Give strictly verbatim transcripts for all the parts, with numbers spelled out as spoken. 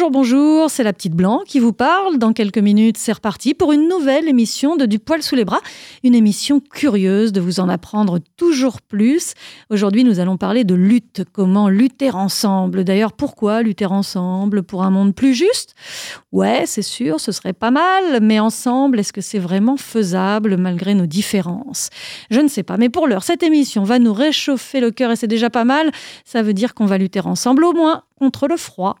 Bonjour, bonjour, c'est la petite Blanc qui vous parle. Dans quelques minutes, c'est reparti pour une nouvelle émission de Du poil sous les bras. Une émission curieuse de vous en apprendre toujours plus. Aujourd'hui, nous allons parler de lutte. Comment lutter ensemble ? D'ailleurs, pourquoi lutter ensemble ? Pour un monde plus juste ? Ouais, c'est sûr, ce serait pas mal. Mais ensemble, est-ce que c'est vraiment faisable malgré nos différences ? Je ne sais pas. Mais pour l'heure, cette émission va nous réchauffer le cœur et c'est déjà pas mal. Ça veut dire qu'on va lutter ensemble au moins contre le froid.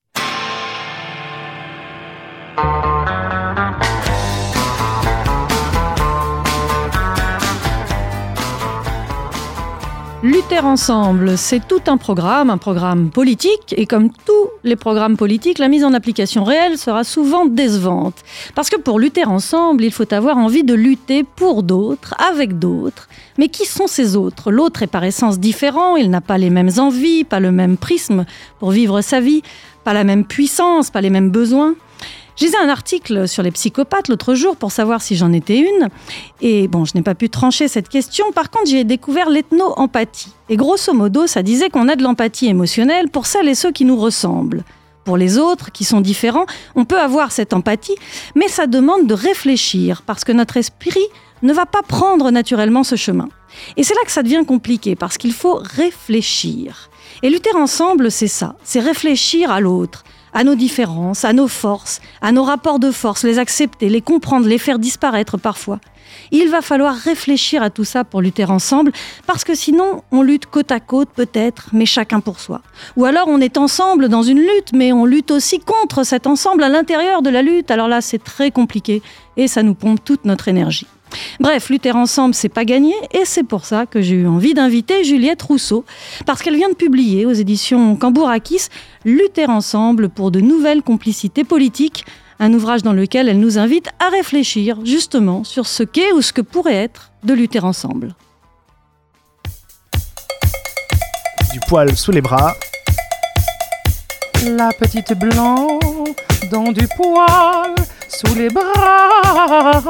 Lutter ensemble, c'est tout un programme, un programme politique, et comme tous les programmes politiques, la mise en application réelle sera souvent décevante. Parce que pour lutter ensemble, il faut avoir envie de lutter pour d'autres, avec d'autres. Mais qui sont ces autres ? L'autre est par essence différent, il n'a pas les mêmes envies, pas le même prisme pour vivre sa vie, pas la même puissance, pas les mêmes besoins. J'ai lu un article sur les psychopathes l'autre jour pour savoir si j'en étais une. Et bon, je n'ai pas pu trancher cette question. Par contre, j'ai découvert l'ethno-empathie. Et grosso modo, ça disait qu'on a de l'empathie émotionnelle pour celles et ceux qui nous ressemblent. Pour les autres, qui sont différents, on peut avoir cette empathie, mais ça demande de réfléchir, parce que notre esprit ne va pas prendre naturellement ce chemin. Et c'est là que ça devient compliqué, parce qu'il faut réfléchir. Et lutter ensemble, c'est ça, c'est réfléchir à l'autre, à nos différences, à nos forces, à nos rapports de force, les accepter, les comprendre, les faire disparaître parfois. Il va falloir réfléchir à tout ça pour lutter ensemble, parce que sinon, on lutte côte à côte peut-être, mais chacun pour soi. Ou alors on est ensemble dans une lutte, mais on lutte aussi contre cet ensemble à l'intérieur de la lutte. Alors là, c'est très compliqué et ça nous pompe toute notre énergie. Bref, lutter ensemble, c'est pas gagné, et c'est pour ça que j'ai eu envie d'inviter Juliette Rousseau, parce qu'elle vient de publier aux éditions Cambourakis « Lutter ensemble pour de nouvelles complicités politiques », un ouvrage dans lequel elle nous invite à réfléchir justement sur ce qu'est ou ce que pourrait être de lutter ensemble. Du poil sous les bras. La petite Blanc dans du poil sous les bras.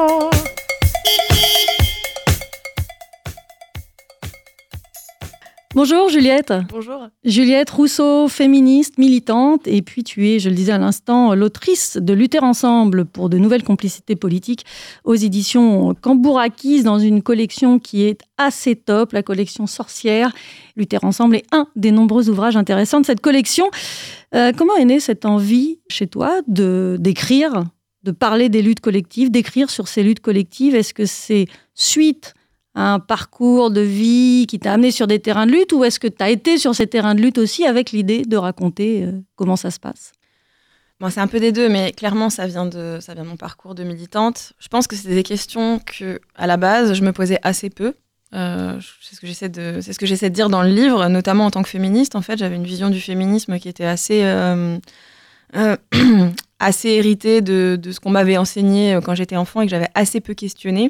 Bonjour Juliette. Bonjour. Juliette Rousseau, féministe, militante, et puis tu es, je le disais à l'instant, l'autrice de Lutter ensemble pour de nouvelles complicités politiques aux éditions Cambourakis dans une collection qui est assez top, la collection Sorcière. Lutter ensemble est un des nombreux ouvrages intéressants de cette collection. Euh, comment est née cette envie chez toi de, d'écrire, de parler des luttes collectives, d'écrire sur ces luttes collectives ? Est-ce que c'est suite un parcours de vie qui t'a amené sur des terrains de lutte, ou est-ce que tu as été sur ces terrains de lutte aussi avec l'idée de raconter euh, comment ça se passe ? Bon, c'est un peu des deux, mais clairement, ça vient, de, ça vient de mon parcours de militante. Je pense que c'était des questions que, à la base, je me posais assez peu. Euh, c'est, ce que j'essaie de, c'est ce que j'essaie de dire dans le livre, notamment en tant que féministe. En fait, j'avais une vision du féminisme qui était assez, euh, euh, assez héritée de, de ce qu'on m'avait enseigné quand j'étais enfant et que j'avais assez peu questionné.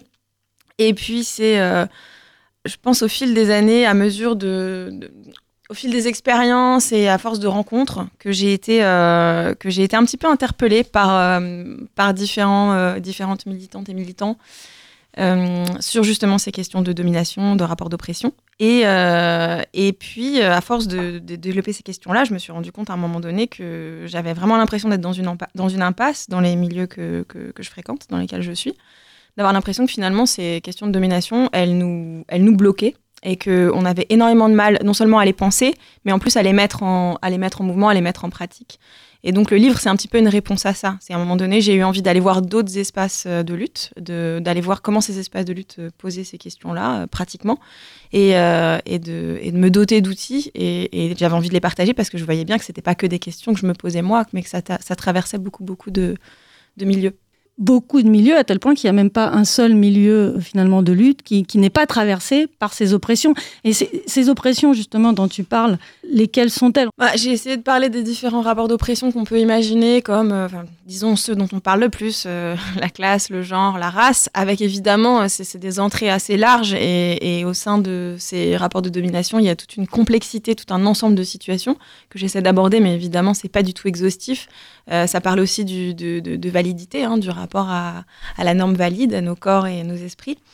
Et puis, c'est, euh, je pense, au fil des années, à mesure de, de, au fil des expériences et à force de rencontres, que j'ai été, euh, que j'ai été un petit peu interpellée par, euh, par différents, euh, différentes militantes et militants euh, sur justement ces questions de domination, de rapport d'oppression. Et, euh, et puis, à force de, de développer ces questions-là, je me suis rendu compte à un moment donné que j'avais vraiment l'impression d'être dans une, empa- dans une impasse dans les milieux que, que, que je fréquente, dans lesquels je suis. D'avoir l'impression que finalement, ces questions de domination, elles nous, elles nous bloquaient et qu'on avait énormément de mal, non seulement à les penser, mais en plus à les mettre en, à les mettre en mouvement, à les mettre en pratique. Et donc, le livre, c'est un petit peu une réponse à ça. C'est à un moment donné, j'ai eu envie d'aller voir d'autres espaces de lutte, de, d'aller voir comment ces espaces de lutte posaient ces questions-là, euh, pratiquement, et, euh, et, de, et de me doter d'outils. Et, et j'avais envie de les partager parce que je voyais bien que c'était pas que des questions que je me posais moi, mais que ça, ça traversait beaucoup, beaucoup de, de milieux. Beaucoup de milieux, à tel point qu'il n'y a même pas un seul milieu finalement de lutte qui, qui n'est pas traversé par ces oppressions. Et ces, ces oppressions justement dont tu parles, lesquelles sont-elles ? Bah, j'ai essayé de parler des différents rapports d'oppression qu'on peut imaginer, comme, euh, disons, ceux dont on parle le plus, euh, la classe, le genre, la race, avec évidemment, c'est, c'est des entrées assez larges, et, et au sein de ces rapports de domination, il y a toute une complexité, tout un ensemble de situations que j'essaie d'aborder, mais évidemment, c'est pas du tout exhaustif. Euh, ça parle aussi du, de, de, de validité, hein, du rapport à, à la norme valide, à nos corps et à nos esprits.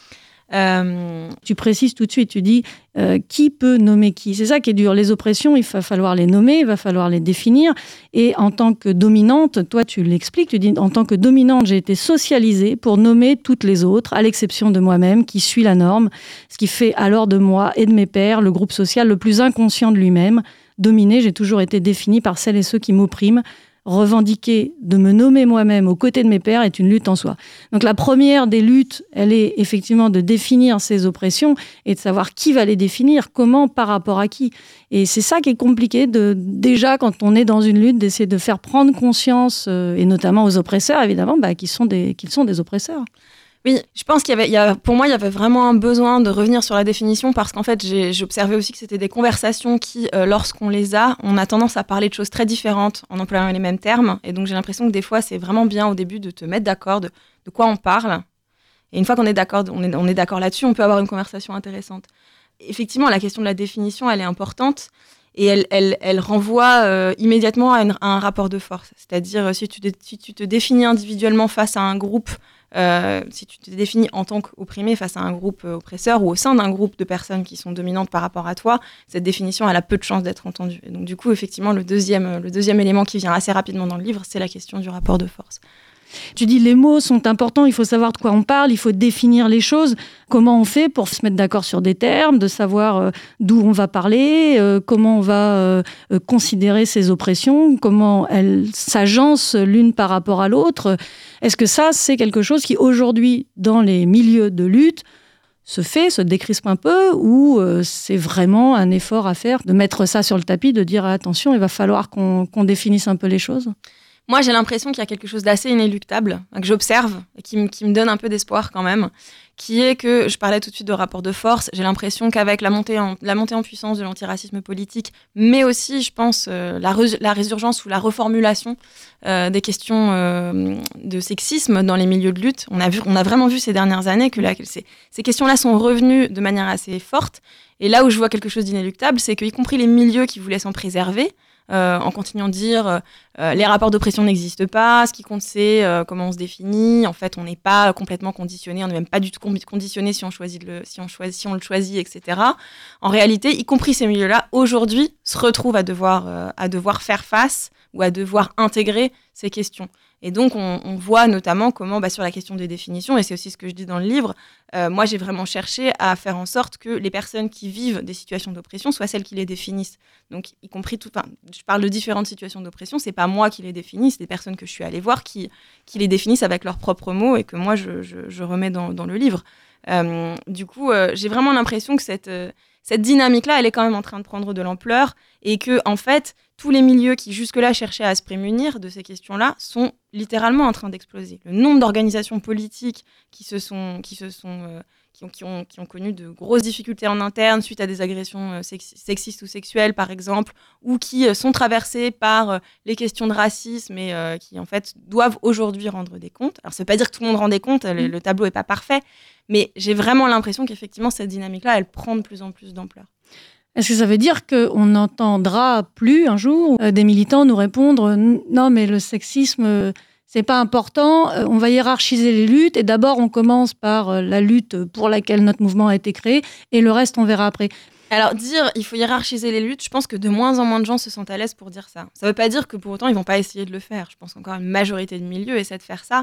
Euh... Tu précises tout de suite, tu dis euh, qui peut nommer qui. C'est ça qui est dur. Les oppressions, il va falloir les nommer, il va falloir les définir. Et en tant que dominante, toi tu l'expliques, tu dis en tant que dominante, j'ai été socialisée pour nommer toutes les autres, à l'exception de moi-même, qui suis la norme, ce qui fait alors de moi et de mes pairs le groupe social le plus inconscient de lui-même. Dominée, j'ai toujours été définie par celles et ceux qui m'oppriment. Revendiquer de me nommer moi-même aux côtés de mes pairs est une lutte en soi. Donc la première des luttes, elle est effectivement de définir ces oppressions et de savoir qui va les définir, comment, par rapport à qui. Et c'est ça qui est compliqué, de, déjà quand on est dans une lutte, d'essayer de faire prendre conscience, euh, et notamment aux oppresseurs évidemment, bah, qu'ils sont des, qu'ils sont des oppresseurs. Oui, je pense qu'il y avait, il y a, pour moi, il y avait vraiment un besoin de revenir sur la définition parce qu'en fait, j'ai, j'observais aussi que c'était des conversations qui, euh, lorsqu'on les a, on a tendance à parler de choses très différentes en employant les mêmes termes. Et donc, j'ai l'impression que des fois, c'est vraiment bien au début de te mettre d'accord de, de quoi on parle. Et une fois qu'on est d'accord, on est, on est d'accord là-dessus, on peut avoir une conversation intéressante. Effectivement, la question de la définition, elle est importante. Et elle, elle, elle renvoie euh, immédiatement à, une, à un rapport de force. C'est-à-dire, si tu, si tu te définis individuellement face à un groupe, euh, si tu te définis en tant qu'opprimé face à un groupe euh, oppresseur ou au sein d'un groupe de personnes qui sont dominantes par rapport à toi, cette définition, elle a peu de chances d'être entendue. Et donc, du coup, effectivement, le deuxième, le deuxième élément qui vient assez rapidement dans le livre, c'est la question du rapport de force. Tu dis les mots sont importants, il faut savoir de quoi on parle, il faut définir les choses. Comment on fait pour se mettre d'accord sur des termes, de savoir euh, d'où on va parler, euh, comment on va euh, euh, considérer ces oppressions, comment elles s'agencent l'une par rapport à l'autre. Est-ce que ça, c'est quelque chose qui aujourd'hui, dans les milieux de lutte, se fait, se décrispe un peu, ou euh, c'est vraiment un effort à faire de mettre ça sur le tapis, de dire attention, il va falloir qu'on, qu'on définisse un peu les choses ? Moi, j'ai l'impression qu'il y a quelque chose d'assez inéluctable, que j'observe, et qui, m- qui me donne un peu d'espoir quand même, qui est que, je parlais tout de suite de rapport de force, j'ai l'impression qu'avec la montée en, la montée en puissance de l'antiracisme politique, mais aussi, je pense, euh, la, re- la résurgence ou la reformulation euh, des questions euh, de sexisme dans les milieux de lutte, on a, vu, on a vraiment vu ces dernières années que la, ces, ces questions-là sont revenues de manière assez forte, et là où je vois quelque chose d'inéluctable, c'est qu'y compris les milieux qui voulaient s'en préserver, Euh, en continuant de dire euh, les rapports d'oppression n'existent pas, ce qui compte c'est euh, comment on se définit, en fait on n'est pas complètement conditionné, on n'est même pas du tout conditionné si on, choisit le, si, on choisit, si on le choisit, et cetera. En réalité, y compris ces milieux-là, aujourd'hui, se retrouvent à devoir, euh, à devoir faire face ou à devoir intégrer ces questions. Et donc, on, on voit notamment comment, bah, sur la question des définitions, et c'est aussi ce que je dis dans le livre, euh, moi, j'ai vraiment cherché à faire en sorte que les personnes qui vivent des situations d'oppression soient celles qui les définissent. Donc, y compris tout, enfin, je parle de différentes situations d'oppression, c'est pas moi qui les définis, c'est des personnes que je suis allée voir qui, qui les définissent avec leurs propres mots et que moi, je, je, je remets dans, dans le livre. Euh, du coup, euh, j'ai vraiment l'impression que cette, euh, cette dynamique-là, elle est quand même en train de prendre de l'ampleur et que, en fait, tous les milieux qui jusque-là cherchaient à se prémunir de ces questions-là sont littéralement en train d'exploser. Le nombre d'organisations politiques qui se sont, qui se sont, euh, qui ont, qui ont, qui ont connu de grosses difficultés en interne suite à des agressions euh, sex- sexistes ou sexuelles, par exemple, ou qui euh, sont traversées par euh, les questions de racisme et euh, qui, en fait, doivent aujourd'hui rendre des comptes. Alors, ça ne veut pas dire que tout le monde rend des comptes, mmh. le, le tableau n'est pas parfait, mais j'ai vraiment l'impression qu'effectivement, cette dynamique-là, elle prend de plus en plus d'ampleur. Est-ce que ça veut dire qu'on n'entendra plus un jour euh, des militants nous répondre « Non, mais le sexisme, euh, c'est pas important, euh, on va hiérarchiser les luttes et d'abord on commence par euh, la lutte pour laquelle notre mouvement a été créé et le reste on verra après ». Alors, dire il faut hiérarchiser les luttes, je pense que de moins en moins de gens se sentent à l'aise pour dire ça. Ça ne veut pas dire que pour autant ils ne vont pas essayer de le faire. Je pense qu'encore une majorité de milieux essaient de faire ça.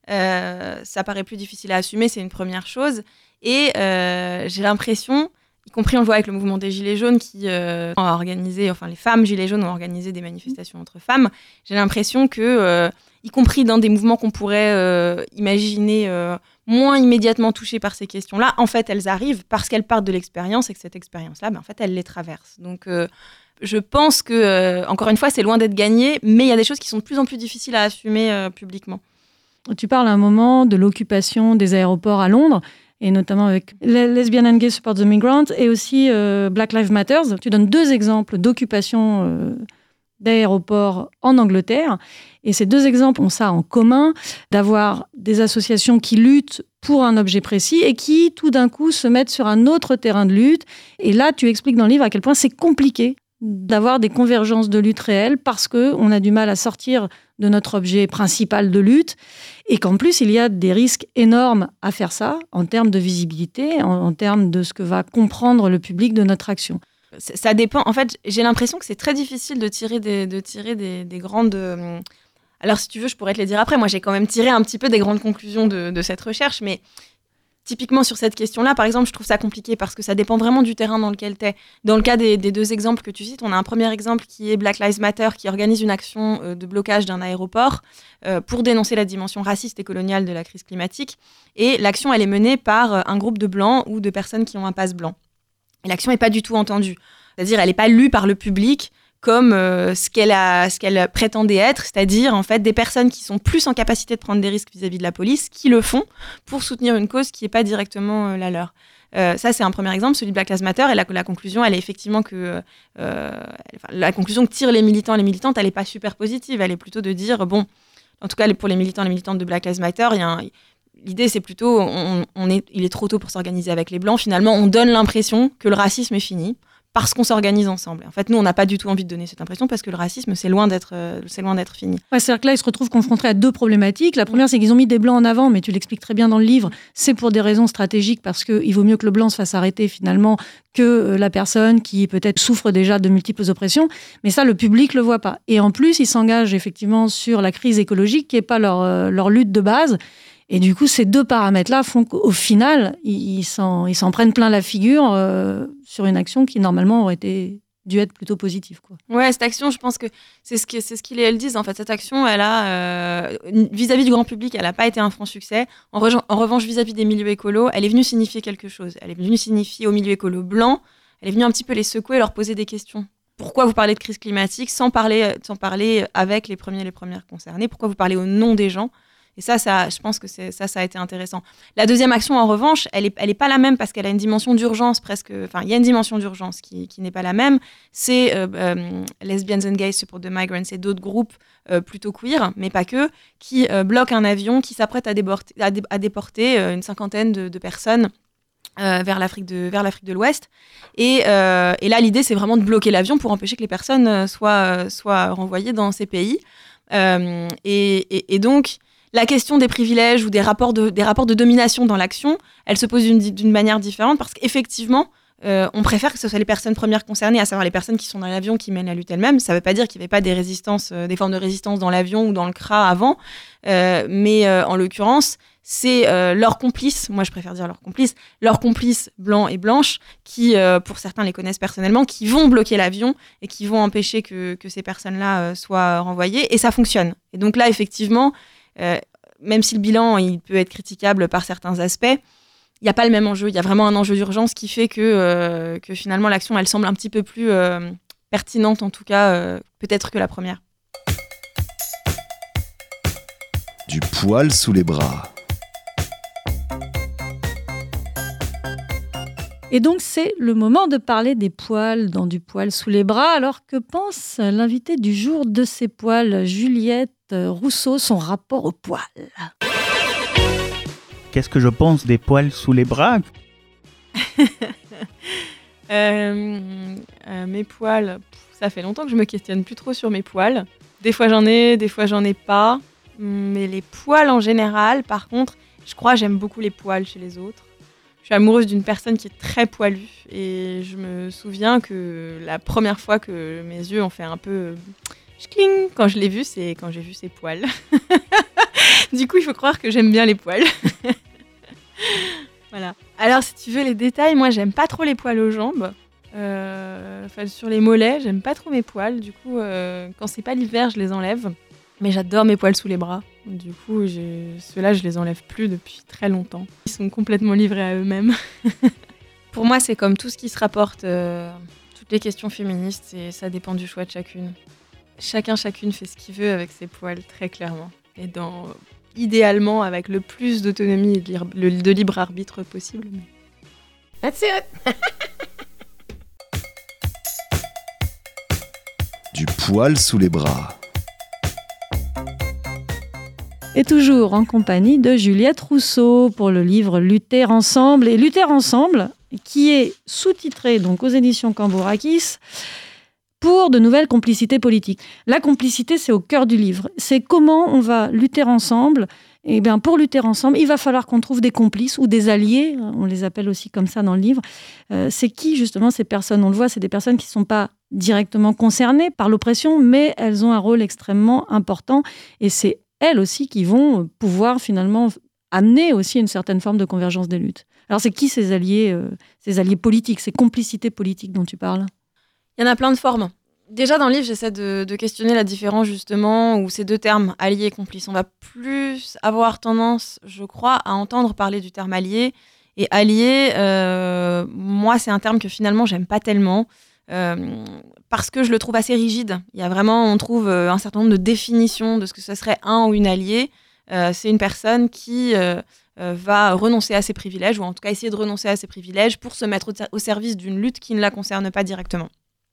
Euh, ça paraît plus difficile à assumer, c'est une première chose. Et euh, j'ai l'impression... y compris on le voit avec le mouvement des Gilets jaunes qui euh, a organisé, enfin les femmes Gilets jaunes ont organisé des manifestations entre femmes. J'ai l'impression que, euh, y compris dans des mouvements qu'on pourrait euh, imaginer euh, moins immédiatement touchés par ces questions-là, en fait elles arrivent parce qu'elles partent de l'expérience et que cette expérience-là, ben, en fait elles les traversent. Donc euh, je pense que, euh, encore une fois, c'est loin d'être gagné, mais il y a des choses qui sont de plus en plus difficiles à assumer euh, publiquement. Tu parles à un moment de l'occupation des aéroports à Londres, et notamment avec Lesbian and Gay Support the Migrants et aussi euh, Black Lives Matter. Tu donnes deux exemples d'occupation euh, d'aéroports en Angleterre. Et ces deux exemples ont ça en commun, d'avoir des associations qui luttent pour un objet précis et qui, tout d'un coup, se mettent sur un autre terrain de lutte. Et là, tu expliques dans le livre à quel point c'est compliqué d'avoir des convergences de lutte réelles parce qu'on a du mal à sortir de notre objet principal de lutte et qu'en plus, il y a des risques énormes à faire ça en termes de visibilité, en, en termes de ce que va comprendre le public de notre action. Ça dépend. En fait, j'ai l'impression que c'est très difficile de tirer des, de tirer des, des grandes... Euh... Alors, si tu veux, je pourrais te les dire après. Moi, j'ai quand même tiré un petit peu des grandes conclusions de, de cette recherche, mais... Typiquement, sur cette question-là, par exemple, je trouve ça compliqué parce que ça dépend vraiment du terrain dans lequel tu es. Dans le cas des, des deux exemples que tu cites, on a un premier exemple qui est Black Lives Matter, qui organise une action euh, de blocage d'un aéroport euh, pour dénoncer la dimension raciste et coloniale de la crise climatique. Et l'action, elle est menée par euh, un groupe de blancs ou de personnes qui ont un passe blanc. Et l'action n'est pas du tout entendue. C'est-à-dire, elle n'est pas lue par le public comme euh, ce qu'elle a, ce qu'elle prétendait être, c'est-à-dire en fait des personnes qui sont plus en capacité de prendre des risques vis-à-vis de la police, qui le font pour soutenir une cause qui n'est pas directement euh, la leur. Euh, ça, c'est un premier exemple, celui de Black Lives Matter, et la, la conclusion, elle est effectivement que euh, enfin, la conclusion que tirent les militants et les militantes, elle n'est pas super positive, elle est plutôt de dire bon, en tout cas pour les militants et les militantes de Black Lives Matter, il y a un, l'idée c'est plutôt on, on est, il est trop tôt pour s'organiser avec les blancs. Finalement, on donne l'impression que le racisme est fini. Parce qu'on s'organise ensemble. En fait, nous, on n'a pas du tout envie de donner cette impression parce que le racisme, c'est loin d'être, euh, c'est loin d'être fini. Ouais, c'est-à-dire que là, ils se retrouvent confrontés à deux problématiques. La première, c'est qu'ils ont mis des blancs en avant, mais tu l'expliques très bien dans le livre, c'est pour des raisons stratégiques parce qu'il vaut mieux que le blanc se fasse arrêter finalement que euh, la personne qui peut-être souffre déjà de multiples oppressions. Mais ça, le public ne le voit pas. Et en plus, ils s'engagent effectivement sur la crise écologique qui n'est pas leur, euh, leur lutte de base. Et du coup, ces deux paramètres-là font qu'au final, ils, ils, s'en, ils s'en prennent plein la figure euh, sur une action qui, normalement, aurait été, dû être plutôt positive, quoi. Ouais, cette action, je pense que c'est ce, que, c'est ce qu'ils et elles disent. En fait, cette action, elle a, euh, vis-à-vis du grand public, elle n'a pas été un franc succès. En, re- en revanche, vis-à-vis des milieux écolos, elle est venue signifier quelque chose. Elle est venue signifier aux milieux écolos blancs, elle est venue un petit peu les secouer et leur poser des questions. Pourquoi vous parlez de crise climatique sans parler, sans parler avec les premiers et les premières concernés? Pourquoi vous parlez au nom des gens? Et ça, ça, je pense que c'est, ça, ça a été intéressant. La deuxième action, en revanche, elle n'est elle est pas la même parce qu'elle a une dimension d'urgence presque. Enfin, il y a une dimension d'urgence qui, qui n'est pas la même. C'est euh, euh, Lesbians and Gays Support the Migrants et d'autres groupes euh, plutôt queer, mais pas que, qui euh, bloquent un avion qui s'apprête à déporter, à dé, à déporter euh, une cinquantaine de, de personnes euh, vers l'Afrique de, vers l'Afrique de l'Ouest. Et, euh, et là, l'idée, c'est vraiment de bloquer l'avion pour empêcher que les personnes euh, soient, soient renvoyées dans ces pays. Euh, et, et, et donc... La question des privilèges ou des rapports de, des rapports de domination dans l'action, elle se pose d'une, d'une manière différente parce qu'effectivement, euh, on préfère que ce soit les personnes premières concernées, à savoir les personnes qui sont dans l'avion, qui mènent la lutte elles-mêmes. Ça ne veut pas dire qu'il n'y avait pas des résistances, euh, des formes de résistance dans l'avion ou dans le C R A avant, euh, mais euh, en l'occurrence, c'est euh, leurs complices, moi je préfère dire leurs complices, leurs complices blancs et blanches, qui, euh, pour certains les connaissent personnellement, qui vont bloquer l'avion et qui vont empêcher que, que ces personnes-là euh, soient renvoyées, et ça fonctionne. Et donc là, effectivement, Euh, même si le bilan il peut être critiquable par certains aspects, il n'y a pas le même enjeu. Il y a vraiment un enjeu d'urgence qui fait que, euh, que finalement l'action elle semble un petit peu plus euh, pertinente, en tout cas euh, peut-être que la première. Du poil sous les bras. Et donc, c'est le moment de parler des poils dans Du poil sous les bras. Alors, que pense l'invité du jour de ces poils, Juliette Rousseau, son rapport aux poils? Qu'est-ce que je pense des poils sous les bras? euh, euh, Mes poils, pff, ça fait longtemps que je me questionne plus trop sur mes poils. Des fois j'en ai, des fois j'en ai pas. Mais les poils en général, par contre, je crois que j'aime beaucoup les poils chez les autres. Je suis amoureuse d'une personne qui est très poilue et je me souviens que la première fois que mes yeux ont fait un peu schling quand je l'ai vu, c'est quand j'ai vu ses poils. Du coup, il faut croire que j'aime bien les poils. Voilà. Alors, si tu veux les détails, moi, j'aime pas trop les poils aux jambes. Euh, enfin, sur les mollets, j'aime pas trop mes poils. Du coup, euh, quand c'est pas l'hiver, je les enlève. Mais j'adore mes poils sous les bras. Du coup, j'ai... ceux-là, je les enlève plus depuis très longtemps. Ils sont complètement livrés à eux-mêmes. Pour moi, c'est comme tout ce qui se rapporte, euh, toutes les questions féministes, et ça dépend du choix de chacune. Chacun, chacune fait ce qu'il veut avec ses poils, très clairement. Et dans, idéalement, avec le plus d'autonomie et de libre, de libre arbitre possible. That's it. Du poil sous les bras. Et toujours en compagnie de Juliette Rousseau pour le livre Lutter ensemble. Et Lutter ensemble, qui est sous-titré donc aux éditions Cambourakis, pour de nouvelles complicités politiques. La complicité, c'est au cœur du livre. C'est comment on va lutter ensemble. Et bien, pour lutter ensemble, il va falloir qu'on trouve des complices ou des alliés, on les appelle aussi comme ça dans le livre. Euh, c'est qui, justement, ces personnes ? On le voit, c'est des personnes qui ne sont pas directement concernées par l'oppression, mais elles ont un rôle extrêmement important. Et c'est elles aussi qui vont pouvoir, finalement, amener aussi une certaine forme de convergence des luttes. Alors, c'est qui ces alliés, euh, ces alliés politiques, ces complicités politiques dont tu parles ? Il y en a plein de formes. Déjà, dans le livre, j'essaie de, de questionner la différence, justement, où ces deux termes, alliés et complices, on va plus avoir tendance, je crois, à entendre parler du terme allié. Et allié, euh, moi, c'est un terme que finalement, j'aime pas tellement, euh, parce que je le trouve assez rigide. Il y a vraiment, on trouve euh, un certain nombre de définitions de ce que ce serait un ou une alliée. Euh, c'est une personne qui euh, euh, va renoncer à ses privilèges, ou en tout cas essayer de renoncer à ses privilèges pour se mettre au, au service d'une lutte qui ne la concerne pas directement.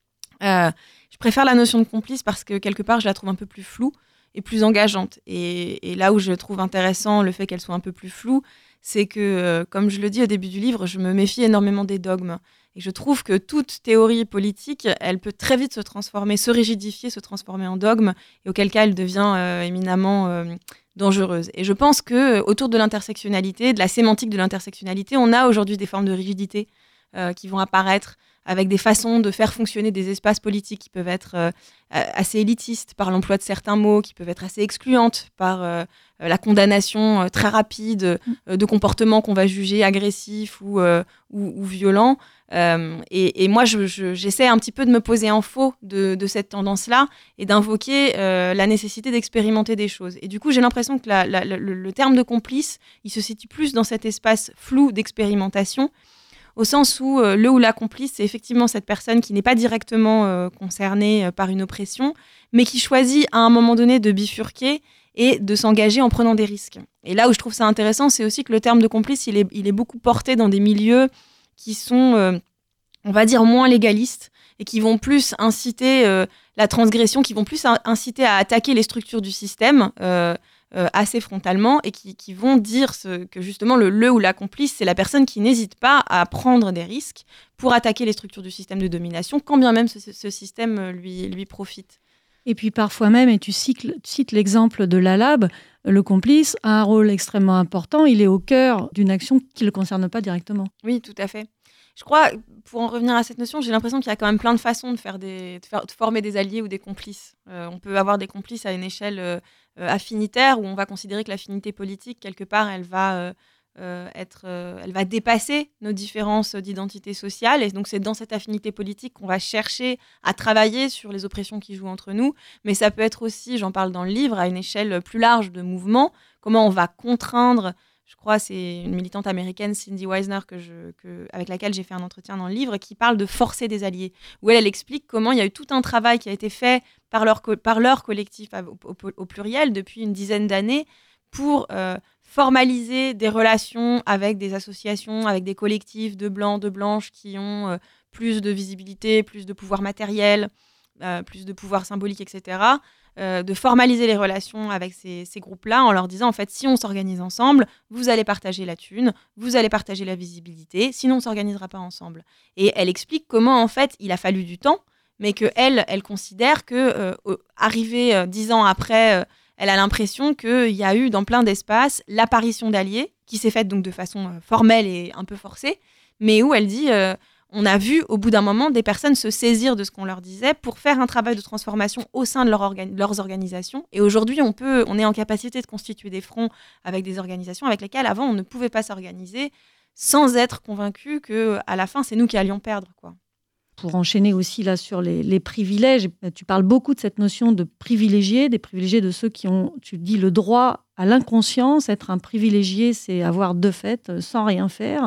Euh, je préfère la notion de complice parce que quelque part je la trouve un peu plus floue et plus engageante. Et, et là où je trouve intéressant le fait qu'elle soit un peu plus floue, c'est que, euh, comme je le dis au début du livre, je me méfie énormément des dogmes. Et je trouve que toute théorie politique, elle peut très vite se transformer, se rigidifier, se transformer en dogme, et auquel cas elle devient euh, éminemment euh, dangereuse. Et je pense que autour de l'intersectionnalité, de la sémantique de l'intersectionnalité, on a aujourd'hui des formes de rigidité euh, qui vont apparaître, avec des façons de faire fonctionner des espaces politiques qui peuvent être euh, assez élitistes par l'emploi de certains mots, qui peuvent être assez excluantes par euh, la condamnation euh, très rapide euh, de comportements qu'on va juger agressifs ou, euh, ou, ou violents. Euh, et, et moi, je, je, j'essaie un petit peu de me poser en faux de, de cette tendance-là et d'invoquer euh, la nécessité d'expérimenter des choses. Et du coup, j'ai l'impression que la, la, le, le terme de complice, il se situe plus dans cet espace flou d'expérimentation, au sens où euh, le ou la complice, c'est effectivement cette personne qui n'est pas directement euh, concernée euh, par une oppression, mais qui choisit à un moment donné de bifurquer et de s'engager en prenant des risques. Et là où je trouve ça intéressant, c'est aussi que le terme de complice, il est, il est beaucoup porté dans des milieux qui sont, euh, on va dire, moins légalistes et qui vont plus inciter euh, la transgression, qui vont plus inciter à attaquer les structures du système, euh, Euh, assez frontalement, et qui, qui vont dire ce, que justement le, le ou la complice, c'est la personne qui n'hésite pas à prendre des risques pour attaquer les structures du système de domination, quand bien même ce, ce système lui, lui profite. Et puis parfois même, et tu cites, tu cites l'exemple de l'Alab, le complice a un rôle extrêmement important, il est au cœur d'une action qui ne le concerne pas directement. Oui, tout à fait. Je crois, pour en revenir à cette notion, j'ai l'impression qu'il y a quand même plein de façons de, faire des, de, faire, de former des alliés ou des complices. Euh, on peut avoir des complices à une échelle euh, affinitaire, où on va considérer que l'affinité politique, quelque part, elle va, euh, euh, être, euh, elle va dépasser nos différences d'identité sociale. Et donc, c'est dans cette affinité politique qu'on va chercher à travailler sur les oppressions qui jouent entre nous. Mais ça peut être aussi, j'en parle dans le livre, à une échelle plus large de mouvement, comment on va contraindre. Je crois que c'est une militante américaine, Cindy Weisner, que je, que, avec laquelle j'ai fait un entretien dans le livre, qui parle de forcer des alliés, où elle, elle explique comment il y a eu tout un travail qui a été fait par leur, co- par leur collectif au, au, au pluriel depuis une dizaine d'années pour euh, formaliser des relations avec des associations, avec des collectifs de blancs, de blanches qui ont euh, plus de visibilité, plus de pouvoir matériel, euh, plus de pouvoir symbolique, et cetera, Euh, de formaliser les relations avec ces, ces groupes-là en leur disant, en fait, si on s'organise ensemble, vous allez partager la thune, vous allez partager la visibilité, sinon on ne s'organisera pas ensemble. Et elle explique comment, en fait, il a fallu du temps, mais qu'elle, elle considère que, euh, arrivée euh, dix ans après, euh, elle a l'impression qu'il y a eu dans plein d'espaces l'apparition d'alliés, qui s'est faite donc de façon euh, formelle et un peu forcée, mais où elle dit... Euh, on a vu, au bout d'un moment, des personnes se saisir de ce qu'on leur disait pour faire un travail de transformation au sein de leur orga- leurs organisations. Et aujourd'hui, on, peut, on est en capacité de constituer des fronts avec des organisations avec lesquelles, avant, on ne pouvait pas s'organiser sans être convaincu qu'à la fin, c'est nous qui allions perdre, quoi. Pour enchaîner aussi là sur les, les privilèges, tu parles beaucoup de cette notion de privilégiés, des privilégiés de ceux qui ont, tu dis, le droit à l'inconscience. Être un privilégié, c'est avoir de fait, sans rien faire.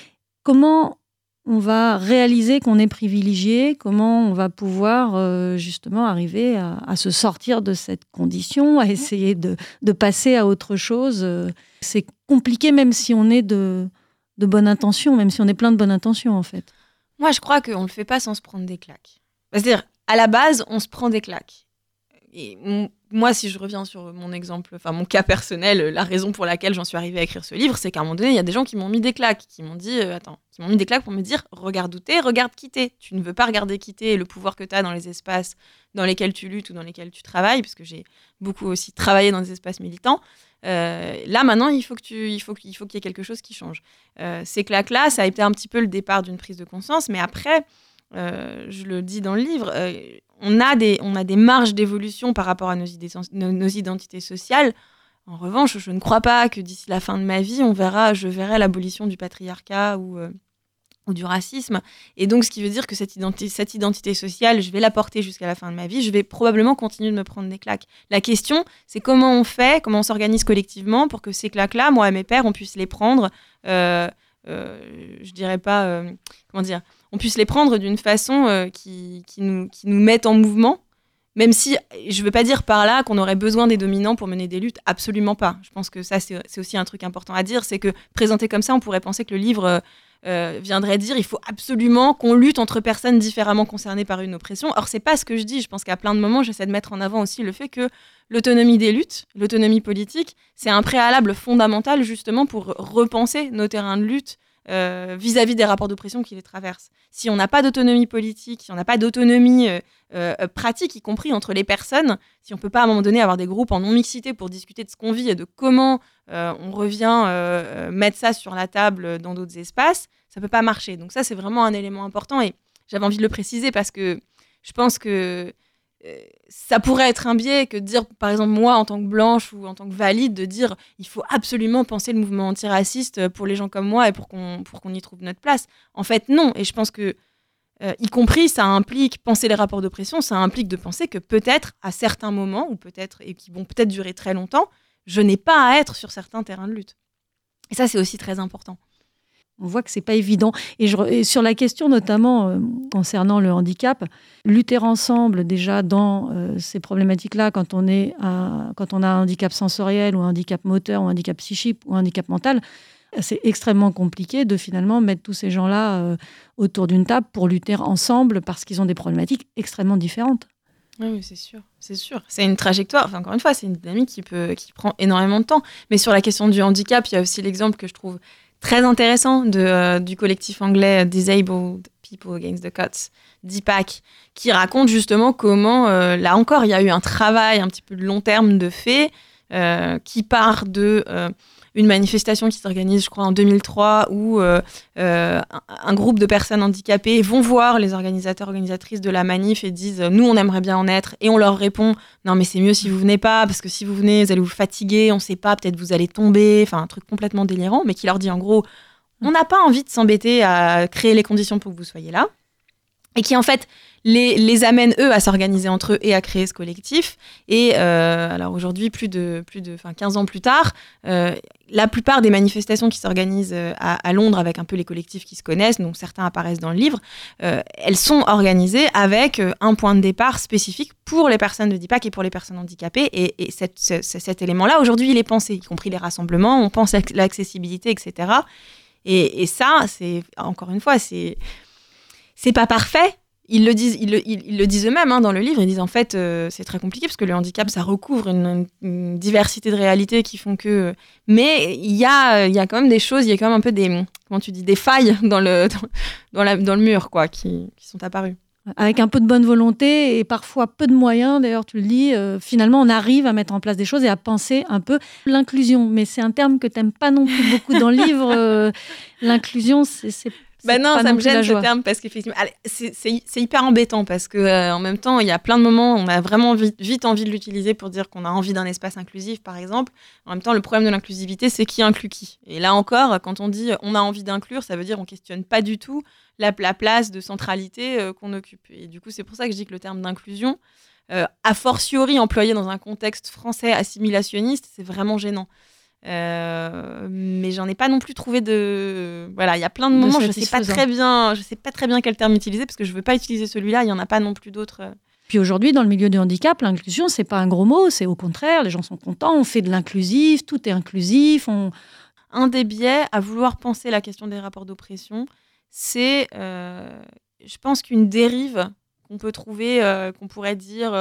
Comment on va réaliser qu'on est privilégié, comment on va pouvoir euh, justement arriver à, à se sortir de cette condition, à essayer de, de passer à autre chose. C'est compliqué même si on est de, de bonne intention, même si on est plein de bonne intention en fait. Moi, je crois qu'on ne le fait pas sans se prendre des claques. C'est-à-dire, à la base, on se prend des claques. et m- moi, si je reviens sur mon exemple, enfin mon cas personnel, la raison pour laquelle j'en suis arrivée à écrire ce livre, c'est qu'à un moment donné, il y a des gens qui m'ont mis des claques, qui m'ont dit, euh, attends, qui m'ont mis des claques pour me dire, regarde où t'es, regarde qui t'es. Tu ne veux pas regarder qui t'es et le pouvoir que t'as dans les espaces dans lesquels tu luttes ou dans lesquels tu travailles, parce que j'ai beaucoup aussi travaillé dans des espaces militants. Euh, là, maintenant, il faut, que tu, il, faut, il faut qu'il y ait quelque chose qui change. Euh, ces claques-là, ça a été un petit peu le départ d'une prise de conscience, mais après, euh, je le dis dans le livre, euh, on, a des, on a des marges d'évolution par rapport à nos, idées, nos, nos identités sociales. En revanche, je ne crois pas que d'ici la fin de ma vie, on verra, je verrai l'abolition du patriarcat ou... Euh, ou du racisme. Et donc, ce qui veut dire que cette identité, cette identité sociale, je vais la porter jusqu'à la fin de ma vie. Je vais probablement continuer de me prendre des claques. La question, c'est comment on fait, comment on s'organise collectivement pour que ces claques-là, moi et mes pairs, on puisse les prendre, euh, euh, je dirais pas, euh, comment dire, on puisse les prendre d'une façon euh, qui, qui, nous, qui nous mette en mouvement. Même si, je ne veux pas dire par là qu'on aurait besoin des dominants pour mener des luttes, absolument pas. Je pense que ça, c'est, c'est aussi un truc important à dire, c'est que présenté comme ça, on pourrait penser que le livre... Euh, Euh, viendrait dire il faut absolument qu'on lutte entre personnes différemment concernées par une oppression. Or, c'est pas ce que je dis. Je pense qu'à plein de moments, j'essaie de mettre en avant aussi le fait que l'autonomie des luttes, l'autonomie politique, c'est un préalable fondamental justement pour repenser nos terrains de lutte euh, vis-à-vis des rapports d'oppression qui les traversent. Si on n'a pas d'autonomie politique, si on n'a pas d'autonomie euh, euh, pratique, y compris entre les personnes, si on peut pas à un moment donné avoir des groupes en non-mixité pour discuter de ce qu'on vit et de comment euh, on revient euh, mettre ça sur la table dans d'autres espaces, ça peut pas marcher. Donc ça, c'est vraiment un élément important et j'avais envie de le préciser parce que je pense que euh, ça pourrait être un biais que de dire, par exemple, moi, en tant que blanche ou en tant que valide, de dire il faut absolument penser le mouvement antiraciste pour les gens comme moi et pour qu'on, pour qu'on y trouve notre place. En fait, non. Et je pense que, euh, y compris, ça implique penser les rapports d'oppression, ça implique de penser que peut-être, à certains moments, ou peut-être, et qui vont peut-être durer très longtemps, je n'ai pas à être sur certains terrains de lutte. Et ça, c'est aussi très important. On voit que c'est pas évident. Et, je, et sur la question notamment euh, concernant le handicap, lutter ensemble déjà dans euh, ces problématiques-là, quand on, est à, quand on a un handicap sensoriel ou un handicap moteur ou un handicap psychique ou un handicap mental, c'est extrêmement compliqué de finalement mettre tous ces gens-là euh, autour d'une table pour lutter ensemble parce qu'ils ont des problématiques extrêmement différentes. Oui, oui, c'est sûr, c'est sûr. C'est une trajectoire, enfin, encore une fois, c'est une dynamique qui, peut, qui prend énormément de temps. Mais sur la question du handicap, il y a aussi l'exemple que je trouve très intéressant de, euh, du collectif anglais Disabled People Against the Cuts, D I P A C, qui raconte justement comment, euh, là encore, il y a eu un travail un petit peu de long terme de fait, euh, qui part de... Euh, une manifestation qui s'organise, je crois, en deux mille trois, où euh, euh, un, un groupe de personnes handicapées vont voir les organisateurs, organisatrices de la manif et disent « Nous, on aimerait bien en être ». Et on leur répond « Non, mais c'est mieux si vous venez pas, parce que si vous venez, vous allez vous fatiguer, on sait pas, peut-être vous allez tomber ». Enfin, un truc complètement délirant, mais qui leur dit en gros « On n'a pas envie de s'embêter à créer les conditions pour que vous soyez là ». Et qui, en fait, les, les amène, eux, à s'organiser entre eux et à créer ce collectif. Et euh, alors aujourd'hui, plus de, plus de quinze ans plus tard, euh, la plupart des manifestations qui s'organisent à, à Londres avec un peu les collectifs qui se connaissent, donc certains apparaissent dans le livre, euh, elles sont organisées avec un point de départ spécifique pour les personnes de D I P A C et pour les personnes handicapées. Et, et cette, ce, cet élément-là, aujourd'hui, il est pensé, y compris les rassemblements, on pense à l'accessibilité, et cetera. Et, et ça, c'est, encore une fois, c'est... C'est pas parfait, ils le disent, ils le, ils, ils le disent eux-mêmes hein, dans le livre, ils disent en fait euh, c'est très compliqué parce que le handicap ça recouvre une, une diversité de réalités qui font que... Mais il y a, y a quand même des choses, il y a quand même un peu des, comment tu dis, des failles dans le, dans, dans la, dans le mur quoi, qui, qui sont apparues. Avec un peu de bonne volonté et parfois peu de moyens, d'ailleurs tu le dis, euh, finalement on arrive à mettre en place des choses et à penser un peu l'inclusion. Mais c'est un terme que tu n'aimes pas non plus beaucoup dans le livre. Euh, l'inclusion, c'est... c'est Bah non, ça me gêne ce terme parce qu'effectivement, allez, c'est, c'est, c'est hyper embêtant parce que euh, en même temps, il y a plein de moments où on a vraiment vite, vite envie de l'utiliser pour dire qu'on a envie d'un espace inclusif, par exemple. En même temps, le problème de l'inclusivité, c'est qui inclut qui. Et là encore, quand on dit on a envie d'inclure, ça veut dire on questionne pas du tout la, la place de centralité euh, qu'on occupe. Et du coup, c'est pour ça que je dis que le terme d'inclusion, euh, a fortiori employé dans un contexte français assimilationniste, c'est vraiment gênant. Euh, mais j'en ai pas non plus trouvé de voilà, il y a plein de moments de je sais pas très bien je sais pas très bien quel terme utiliser parce que je veux pas utiliser celui-là, il y en a pas non plus d'autres. Puis aujourd'hui dans le milieu du handicap, l'inclusion c'est pas un gros mot, c'est au contraire, les gens sont contents, on fait de l'inclusif, tout est inclusif, on... Un des biais à vouloir penser la question des rapports d'oppression, c'est euh, je pense qu'une dérive qu'on peut trouver, euh, qu'on pourrait dire euh,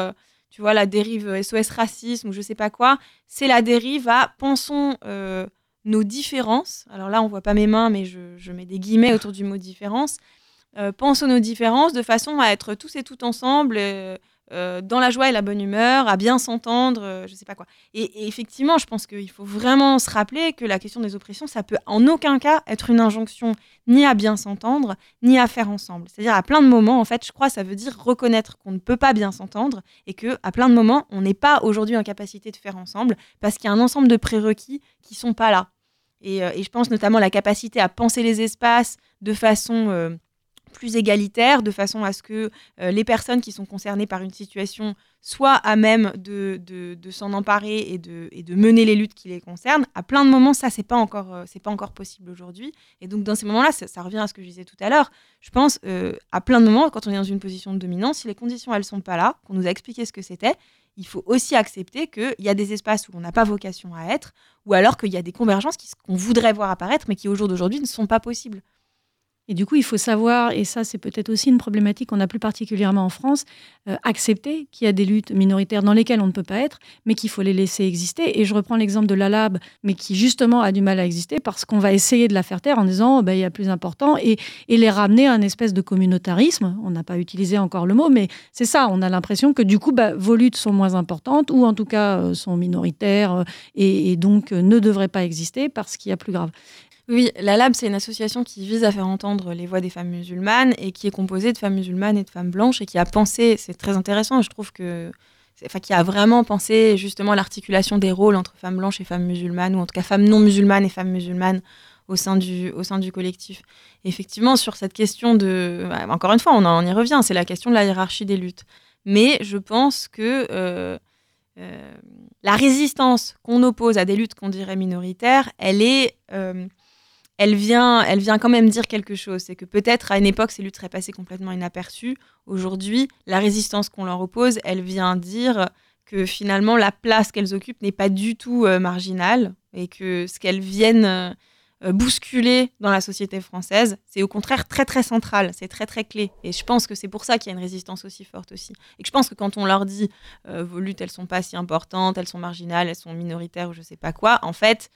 tu vois, la dérive S O S racisme ou je sais pas quoi, c'est la dérive à pensons euh, nos différences. Alors là, on voit pas mes mains, mais je, je mets des guillemets autour du mot différence. Euh, pensons nos différences de façon à être tous et toutes ensemble, euh, euh, dans la joie et la bonne humeur, à bien s'entendre, euh, je sais pas quoi. Et, et effectivement, je pense qu'il faut vraiment se rappeler que la question des oppressions, ça peut en aucun cas être une injonction ni à bien s'entendre, ni à faire ensemble. C'est-à-dire à plein de moments, en fait, je crois, ça veut dire reconnaître qu'on ne peut pas bien s'entendre et que à plein de moments, on n'est pas aujourd'hui en capacité de faire ensemble parce qu'il y a un ensemble de prérequis qui sont pas là. Et, euh, et je pense notamment à la capacité à penser les espaces de façon euh, plus égalitaire, de façon à ce que euh, les personnes qui sont concernées par une situation soient à même de, de, de s'en emparer et de, et de mener les luttes qui les concernent. À plein de moments, ça, c'est pas encore, euh, c'est pas encore possible aujourd'hui. Et donc, dans ces moments-là, ça, ça revient à ce que je disais tout à l'heure. Je pense, euh, à plein de moments, quand on est dans une position de dominance, si les conditions, elles sont pas là, qu'on nous a expliqué ce que c'était, il faut aussi accepter qu'il y a des espaces où on n'a pas vocation à être, ou alors qu'il y a des convergences qui, qu'on voudrait voir apparaître, mais qui, au jour d'aujourd'hui, ne sont pas possibles. Et du coup, il faut savoir, et ça c'est peut-être aussi une problématique qu'on a plus particulièrement en France, euh, accepter qu'il y a des luttes minoritaires dans lesquelles on ne peut pas être, mais qu'il faut les laisser exister. Et je reprends l'exemple de la Lab, mais qui justement a du mal à exister parce qu'on va essayer de la faire taire en disant oh, ben, il y a plus important et, et les ramener à une espèce de communautarisme. On n'a pas utilisé encore le mot, mais c'est ça. On a l'impression que du coup, ben, vos luttes sont moins importantes ou en tout cas euh, sont minoritaires euh, et, et donc euh, ne devraient pas exister parce qu'il y a plus grave. Oui, la Lab, c'est une association qui vise à faire entendre les voix des femmes musulmanes et qui est composée de femmes musulmanes et de femmes blanches et qui a pensé, c'est très intéressant, je trouve que, enfin, qui a vraiment pensé justement l'articulation des rôles entre femmes blanches et femmes musulmanes, ou en tout cas femmes non musulmanes et femmes musulmanes au sein du, au sein du collectif. Et effectivement, sur cette question de, encore une fois, on, en, on y revient, c'est la question de la hiérarchie des luttes. Mais je pense que euh, euh, la résistance qu'on oppose à des luttes qu'on dirait minoritaires, elle est... Euh, Elle vient, elle vient quand même dire quelque chose. C'est que peut-être, à une époque, ces luttes seraient passées complètement inaperçues. Aujourd'hui, la résistance qu'on leur oppose, elle vient dire que finalement, la place qu'elles occupent n'est pas du tout euh, marginale et que ce qu'elles viennent euh, bousculer dans la société française, c'est au contraire très, très central. C'est très, très clé. Et je pense que c'est pour ça qu'il y a une résistance aussi forte aussi. Et que je pense que quand on leur dit euh, « vos luttes, elles ne sont pas si importantes, elles sont marginales, elles sont minoritaires ou je ne sais pas quoi », en fait...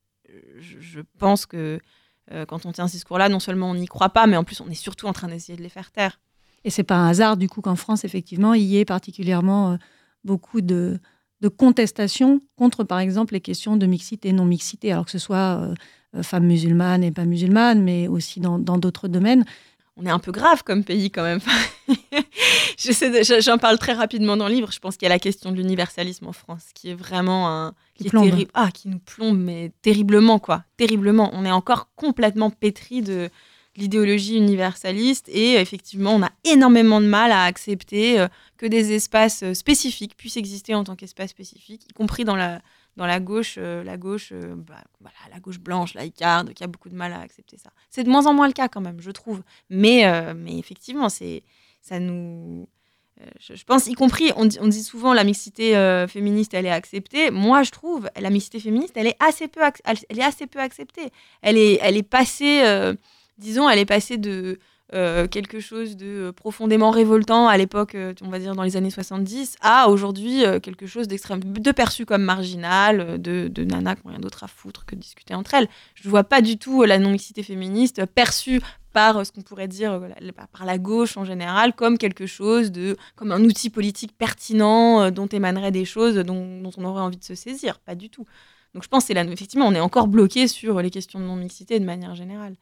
Je pense que euh, quand on tient ce discours-là, non seulement on n'y croit pas, mais en plus on est surtout en train d'essayer de les faire taire. Et c'est pas un hasard du coup qu'en France, effectivement, il y ait particulièrement euh, beaucoup de, de contestations contre, par exemple, les questions de mixité et non-mixité, alors que ce soit euh, femmes musulmanes et pas musulmanes, mais aussi dans, dans d'autres domaines. On est un peu grave comme pays quand même. je sais de, j'en parle très rapidement dans le livre. Je pense qu'il y a la question de l'universalisme en France, qui est vraiment un... Qui, qui est plombe. terrible. Ah, qui nous plombe, mais terriblement, quoi. Terriblement. On est encore complètement pétri de l'idéologie universaliste et effectivement, on a énormément de mal à accepter que des espaces spécifiques puissent exister en tant qu'espaces spécifiques, y compris dans la... dans la gauche, euh, la gauche, euh, bah, voilà, la gauche blanche, laïcarde, qui a beaucoup de mal à accepter ça. C'est de moins en moins le cas quand même, je trouve. Mais, euh, mais effectivement, c'est, ça nous... Euh, je, je pense, y compris, on dit, on dit souvent la mixité euh, féministe, elle est acceptée. Moi, je trouve, la mixité féministe, elle est assez peu, ac- elle est assez peu acceptée. Elle est, elle est passée, euh, disons, elle est passée de... Euh, quelque chose de profondément révoltant à l'époque, euh, on va dire dans les années soixante-dix, à aujourd'hui euh, quelque chose d'extrême, de perçu comme marginal, de, de nanas qui n'ont rien d'autre à foutre que de discuter entre elles. Je ne vois pas du tout la non-mixité féministe perçue par euh, ce qu'on pourrait dire euh, par la gauche en général comme quelque chose de, comme un outil politique pertinent euh, dont émaneraient des choses dont, dont on aurait envie de se saisir. Pas du tout. Donc je pense que c'est là, effectivement, on est encore bloqué sur les questions de non-mixité de manière générale.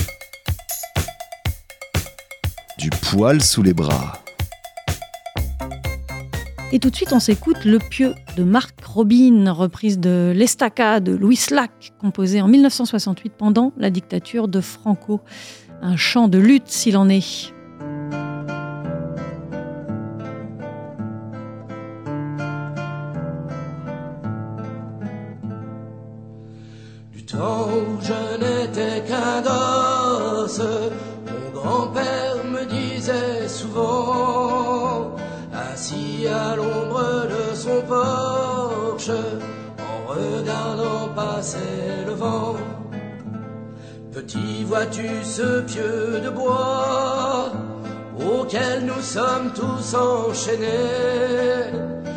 Du poil sous les bras. Et tout de suite, on s'écoute Le Pieu de Marc Robin, reprise de l'Estacade de Louis Slack, composée en dix-neuf cent soixante-huit pendant la dictature de Franco. Un chant de lutte s'il en est. Du temps où je n'étais qu'un gosse, mon grand-père me disait souvent, assis à l'ombre de son porche, en regardant passer le vent, petit, vois-tu ce pieu de bois auquel nous sommes tous enchaînés?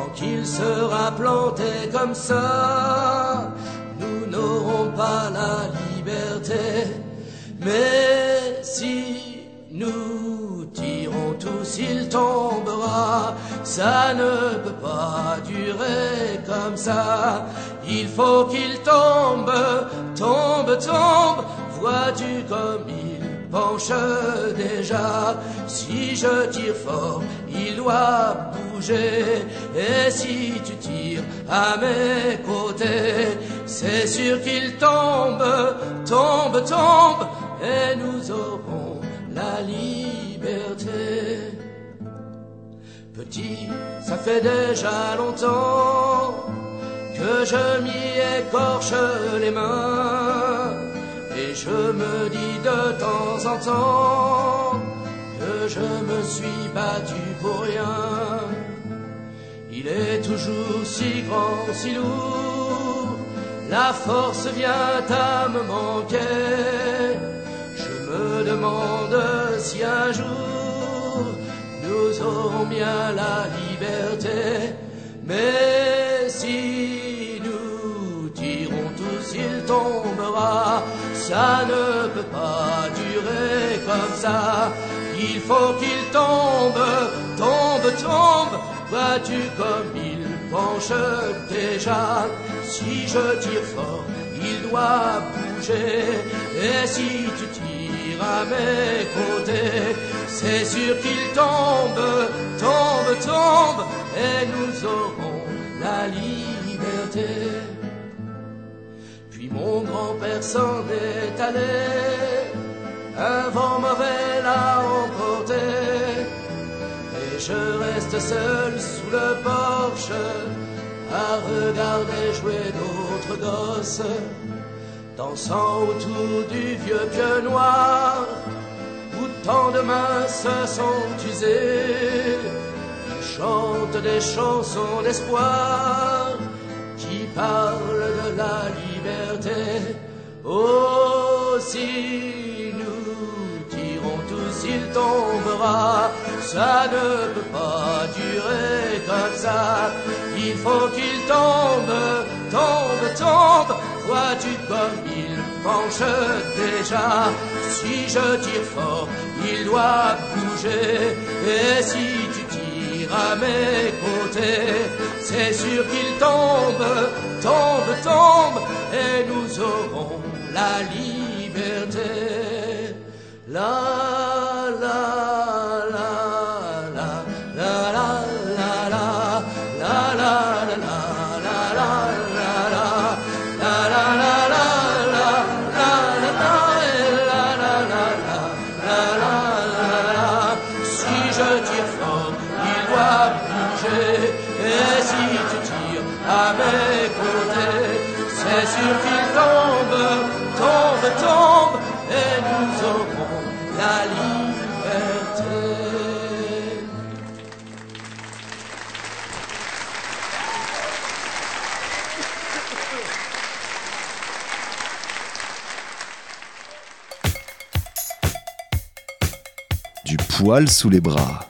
tant qu'il sera planté comme ça, nous n'aurons pas la liberté. Mais si nous tirons tous, il tombera. Ça ne peut pas durer comme ça. Il faut qu'il tombe, tombe, tombe. Vois-tu comme il penche déjà? Si je tire fort, il doit bouger. Et si tu tires à mes côtés, c'est sûr qu'il tombe, tombe, tombe. Et nous aurons la liberté. Petit, ça fait déjà longtemps que je m'y écorche les mains. Et je me dis de temps en temps que je me suis battu pour rien. Il est toujours si grand, si lourd, la force vient à me manquer. Je me demande si un jour nous aurons bien la liberté. Mais si nous tirons tous, il tombera. Ça ne peut pas durer comme ça. Il faut qu'il tombe, tombe, tombe. Vois-tu comme il penche déjà? Si je tire fort, il doit bouger. Et si tu tires à mes côtés, c'est sûr qu'il tombe, tombe, tombe. Et nous aurons la liberté. Puis mon grand-père s'en est allé, un vent mauvais l'a emporté, et je reste seul sous le porche à regarder jouer d'autres gosses, dansant autour du vieux pieu noir, où tant de mains se sont usées. Ils chantent des chansons d'espoir qui parlent de la liberté. Oh, si nous tirons tous, il tombera. Ça ne peut pas durer comme ça. Il faut qu'il tombe, tombe, tombe. Vois-tu comme il penche déjà? Si je tire fort, il doit bouger. Et si tu tires à mes côtés, c'est sûr qu'il tombe, tombe, tombe. Et nous aurons la liberté. La, la, la. À mes côtés, c'est sûr qu'il tombe, tombe, tombe, et nous aurons la liberté. Du poil sous les bras.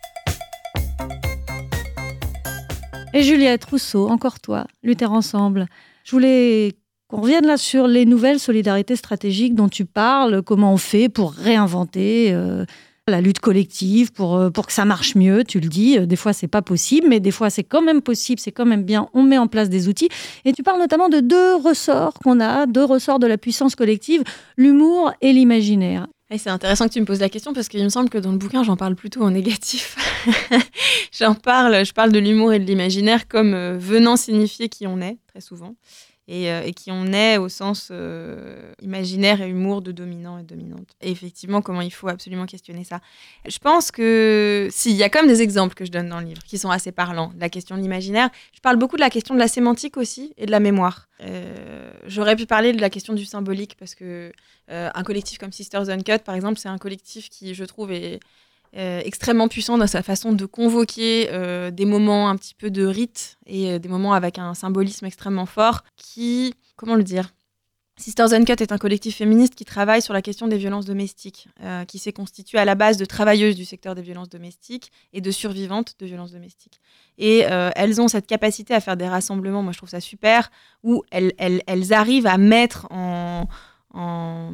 Et Juliette Rousseau, encore toi, lutter ensemble. Je voulais qu'on revienne là sur les nouvelles solidarités stratégiques dont tu parles, comment on fait pour réinventer euh, la lutte collective, pour, euh, pour que ça marche mieux, tu le dis. Des fois, c'est pas possible, mais des fois, c'est quand même possible, c'est quand même bien. On met en place des outils. Et tu parles notamment de deux ressorts qu'on a, deux ressorts de la puissance collective, l'humour et l'imaginaire. Et c'est intéressant que tu me poses la question parce qu'il me semble que dans le bouquin, j'en parle plutôt en négatif. j'en parle, je parle de l'humour et de l'imaginaire comme euh, venant signifier qui on est, très souvent, et, euh, et qui on est au sens euh, imaginaire et humour de dominant et dominante. Et effectivement, comment il faut absolument questionner ça. Je pense que, si, il y a comme des exemples que je donne dans le livre qui sont assez parlants. La question de l'imaginaire. Je parle beaucoup de la question de la sémantique aussi et de la mémoire. Euh, j'aurais pu parler de la question du symbolique parce que euh, un collectif comme Sisters Uncut, par exemple, c'est un collectif qui, je trouve, est euh, extrêmement puissant dans sa façon de convoquer euh, des moments un petit peu de rite et euh, des moments avec un symbolisme extrêmement fort qui, comment le dire, Sisters Uncut est un collectif féministe qui travaille sur la question des violences domestiques, euh, qui s'est constitué à la base de travailleuses du secteur des violences domestiques et de survivantes de violences domestiques. Et euh, elles ont cette capacité à faire des rassemblements, moi je trouve ça super, où elles, elles, elles arrivent à mettre en, en,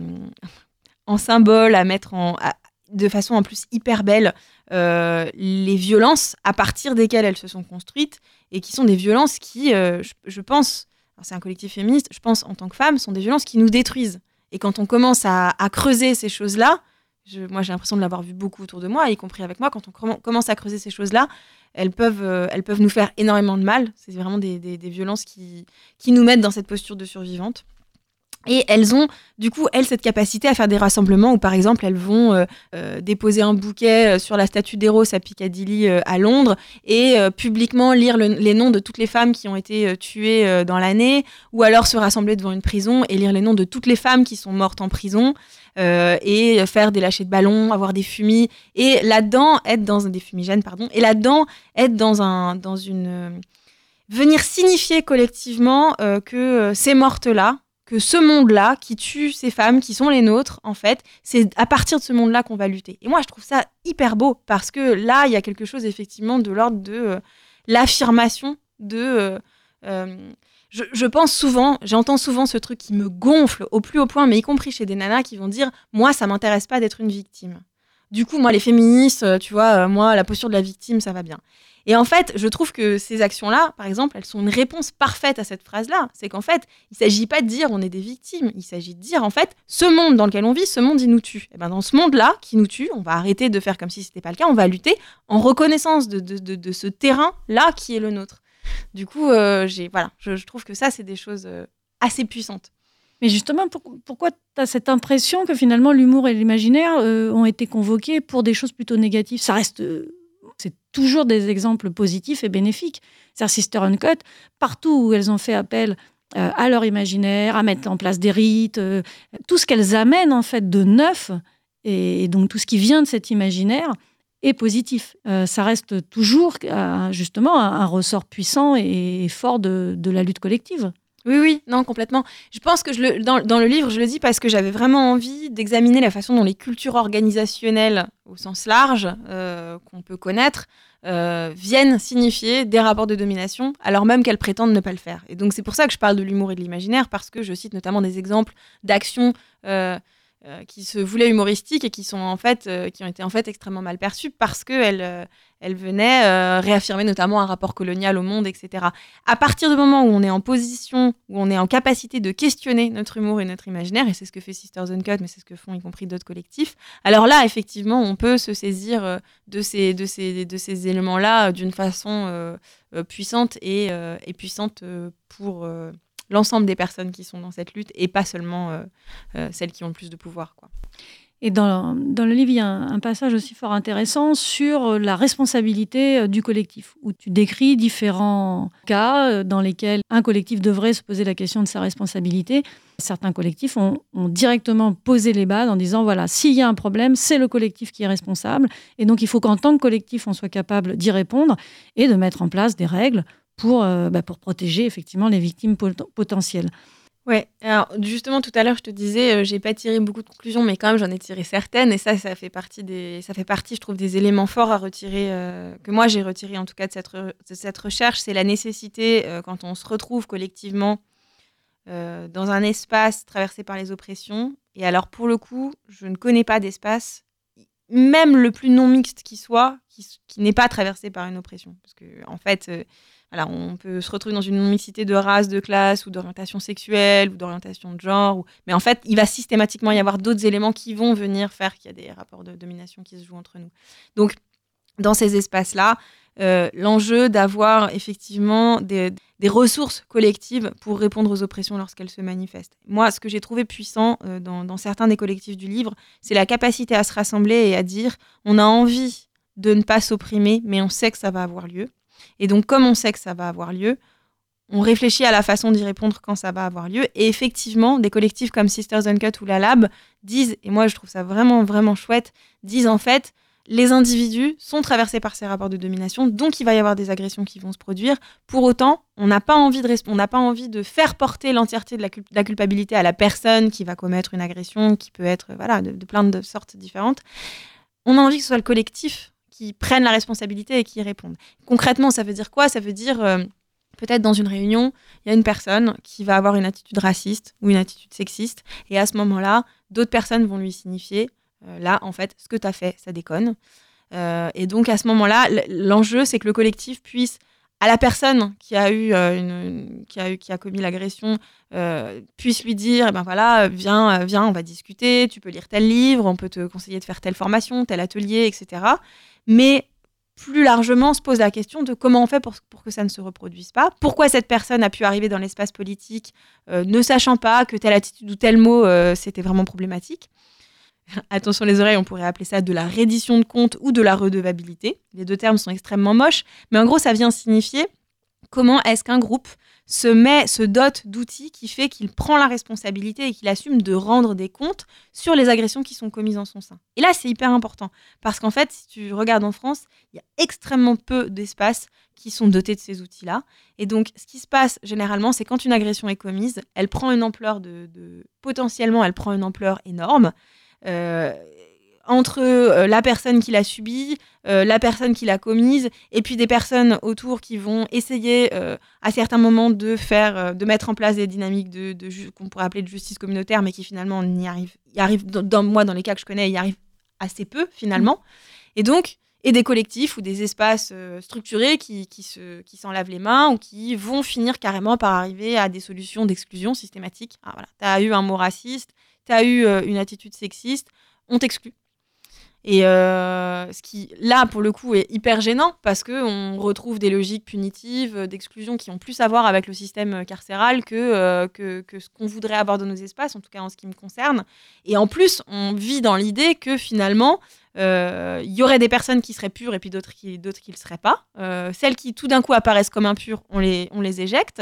en symbole, à mettre en, à, de façon en plus hyper belle euh, les violences à partir desquelles elles se sont construites et qui sont des violences qui, euh, je, je pense... Alors, c'est un collectif féministe, je pense, en tant que femme, sont des violences qui nous détruisent. Et quand on commence à, à creuser ces choses-là, je, moi j'ai l'impression de l'avoir vu beaucoup autour de moi, y compris avec moi, quand on com- commence à creuser ces choses-là, elles peuvent, euh, elles peuvent nous faire énormément de mal. C'est vraiment des, des, des violences qui, qui nous mettent dans cette posture de survivante. Et elles ont, du coup, elles, cette capacité à faire des rassemblements où, par exemple, elles vont euh, euh, déposer un bouquet sur la statue d'Eros à Piccadilly, euh, à Londres, et euh, publiquement lire le, les noms de toutes les femmes qui ont été euh, tuées euh, dans l'année, ou alors se rassembler devant une prison et lire les noms de toutes les femmes qui sont mortes en prison, euh, et faire des lâchers de ballons, avoir des fumis, et là-dedans, être dans un... des fumigènes, pardon, et là-dedans, être dans, un, dans une... Euh, venir signifier collectivement euh, que euh, ces mortes-là, que ce monde-là qui tue ces femmes qui sont les nôtres, en fait, c'est à partir de ce monde-là qu'on va lutter. Et moi, je trouve ça hyper beau parce que là, il y a quelque chose effectivement de l'ordre de euh, l'affirmation de... Euh, euh, je, je pense souvent, j'entends souvent ce truc qui me gonfle au plus haut point, mais y compris chez des nanas qui vont dire « Moi, ça m'intéresse pas d'être une victime. » Du coup, moi, les féministes, tu vois, euh, moi, la posture de la victime, ça va bien. Et en fait, je trouve que ces actions-là, par exemple, elles sont une réponse parfaite à cette phrase-là. C'est qu'en fait, il ne s'agit pas de dire on est des victimes. Il s'agit de dire, en fait, ce monde dans lequel on vit, ce monde, il nous tue. Et ben, dans ce monde-là qui nous tue, on va arrêter de faire comme si ce n'était pas le cas. On va lutter en reconnaissance de, de, de, de ce terrain-là qui est le nôtre. Du coup, euh, j'ai, voilà, je, je trouve que ça, c'est des choses euh, assez puissantes. Mais justement, pour, pourquoi tu as cette impression que finalement l'humour et l'imaginaire euh, ont été convoqués pour des choses plutôt négatives ? Ça reste... Euh, c'est toujours des exemples positifs et bénéfiques. C'est-à-dire Sisters Uncut, partout où elles ont fait appel euh, à leur imaginaire, à mettre en place des rites, euh, tout ce qu'elles amènent en fait de neuf, et, et donc tout ce qui vient de cet imaginaire, est positif. Euh, ça reste toujours euh, justement un, un ressort puissant et, et fort de, de la lutte collective. Oui, oui, non, complètement. Je pense que je le, dans, dans le livre, je le dis parce que j'avais vraiment envie d'examiner la façon dont les cultures organisationnelles, au sens large, euh, qu'on peut connaître, euh, viennent signifier des rapports de domination, alors même qu'elles prétendent ne pas le faire. Et donc, c'est pour ça que je parle de l'humour et de l'imaginaire, parce que je cite notamment des exemples d'actions euh, euh, qui se voulaient humoristiques et qui, sont en fait, euh, qui ont été en fait extrêmement mal perçues parce qu'elles... Euh, Elle venait euh, réaffirmer notamment un rapport colonial au monde, et cetera. À partir du moment où on est en position, où on est en capacité de questionner notre humour et notre imaginaire, et c'est ce que fait Sisters Uncut, mais c'est ce que font y compris d'autres collectifs, alors là, effectivement, on peut se saisir euh, de ces, de ces, de ces éléments-là euh, d'une façon euh, euh, puissante et, euh, et puissante euh, pour euh, l'ensemble des personnes qui sont dans cette lutte, et pas seulement euh, euh, celles qui ont le plus de pouvoir, quoi. Et dans, dans le livre, il y a un, un passage aussi fort intéressant sur la responsabilité du collectif, où tu décris différents cas dans lesquels un collectif devrait se poser la question de sa responsabilité. Certains collectifs ont, ont directement posé les bases en disant, voilà, s'il y a un problème, c'est le collectif qui est responsable. Et donc, il faut qu'en tant que collectif, on soit capable d'y répondre et de mettre en place des règles pour, euh, bah, pour protéger effectivement les victimes pot- potentielles. Ouais, alors justement tout à l'heure je te disais, euh, j'ai pas tiré beaucoup de conclusions, mais quand même j'en ai tiré certaines, et ça, ça fait partie des, ça fait partie, je trouve, des éléments forts à retirer, euh, que moi j'ai retiré en tout cas de cette, re- de cette recherche, c'est la nécessité, euh, quand on se retrouve collectivement euh, dans un espace traversé par les oppressions, et alors pour le coup, je ne connais pas d'espace, même le plus non mixte qui soit, qui, qui n'est pas traversé par une oppression, parce que en fait. Euh, Voilà, on peut se retrouver dans une non-mixité de race, de classe, ou d'orientation sexuelle, ou d'orientation de genre. Ou... Mais en fait, il va systématiquement y avoir d'autres éléments qui vont venir faire qu'il y a des rapports de domination qui se jouent entre nous. Donc, dans ces espaces-là, euh, l'enjeu d'avoir effectivement des, des ressources collectives pour répondre aux oppressions lorsqu'elles se manifestent. Moi, ce que j'ai trouvé puissant euh, dans, dans certains des collectifs du livre, c'est la capacité à se rassembler et à dire on a envie de ne pas s'opprimer, mais on sait que ça va avoir lieu. Et donc, comme on sait que ça va avoir lieu, on réfléchit à la façon d'y répondre quand ça va avoir lieu. Et effectivement, des collectifs comme Sisters Uncut ou La Lab disent, et moi je trouve ça vraiment, vraiment chouette, disent en fait, les individus sont traversés par ces rapports de domination, donc il va y avoir des agressions qui vont se produire. Pour autant, on n'a pas envie de, resp- on n'a pas envie de faire porter l'entièreté de la, cul- de la culpabilité à la personne qui va commettre une agression, qui peut être voilà, de, de plein de sortes différentes. On a envie que ce soit le collectif qui prenne la responsabilité et qui y réponde. Concrètement, ça veut dire quoi ? Ça veut dire, euh, peut-être dans une réunion, il y a une personne qui va avoir une attitude raciste ou une attitude sexiste, et à ce moment-là, d'autres personnes vont lui signifier Euh, là, en fait, ce que tu as fait, ça déconne. Euh, et donc, à ce moment-là, l- l'enjeu, c'est que le collectif puisse, à la personne qui a, eu, euh, une, une- qui a, eu, qui a commis l'agression, euh, puisse lui dire, eh ben voilà, viens, euh, viens, on va discuter, tu peux lire tel livre, on peut te conseiller de faire telle formation, tel atelier, et cetera. Mais plus largement, se pose la question de comment on fait pour, pour que ça ne se reproduise pas. Pourquoi cette personne a pu arriver dans l'espace politique euh, ne sachant pas que telle attitude ou tel mot, euh, c'était vraiment problématique. Attention les oreilles, on pourrait appeler ça de la reddition de compte ou de la redevabilité. Les deux termes sont extrêmement moches, mais en gros, ça vient signifier comment est-ce qu'un groupe se met, se dote d'outils qui fait qu'il prend la responsabilité et qu'il assume de rendre des comptes sur les agressions qui sont commises en son sein. Et là, c'est hyper important, parce qu'en fait, si tu regardes en France, il y a extrêmement peu d'espaces qui sont dotés de ces outils-là. Et donc, ce qui se passe généralement, c'est quand une agression est commise, elle prend une ampleur de, de potentiellement, elle prend une ampleur énorme. Euh, entre euh, la personne qui l'a subie, euh, la personne qui l'a commise, et puis des personnes autour qui vont essayer euh, à certains moments de faire, euh, de mettre en place des dynamiques de, de ju- qu'on pourrait appeler de justice communautaire, mais qui finalement n'y arrivent, y arrivent dans, dans, moi dans les cas que je connais, y arrivent assez peu finalement. Et donc, et des collectifs ou des espaces euh, structurés qui, qui, se, qui s'en lavent les mains ou qui vont finir carrément par arriver à des solutions d'exclusion systématique. Ah, voilà. Tu as eu un mot raciste, tu as eu euh, une attitude sexiste, on t'exclut. Et euh, ce qui, là, pour le coup, est hyper gênant parce qu'on retrouve des logiques punitives, d'exclusion qui ont plus à voir avec le système carcéral que, euh, que, que ce qu'on voudrait avoir dans nos espaces, en tout cas en ce qui me concerne. Et en plus, on vit dans l'idée que finalement, il euh, y aurait des personnes qui seraient pures et puis d'autres qui d'autres qui le seraient pas. Euh, celles qui, tout d'un coup, apparaissent comme impures, on les, on les éjecte.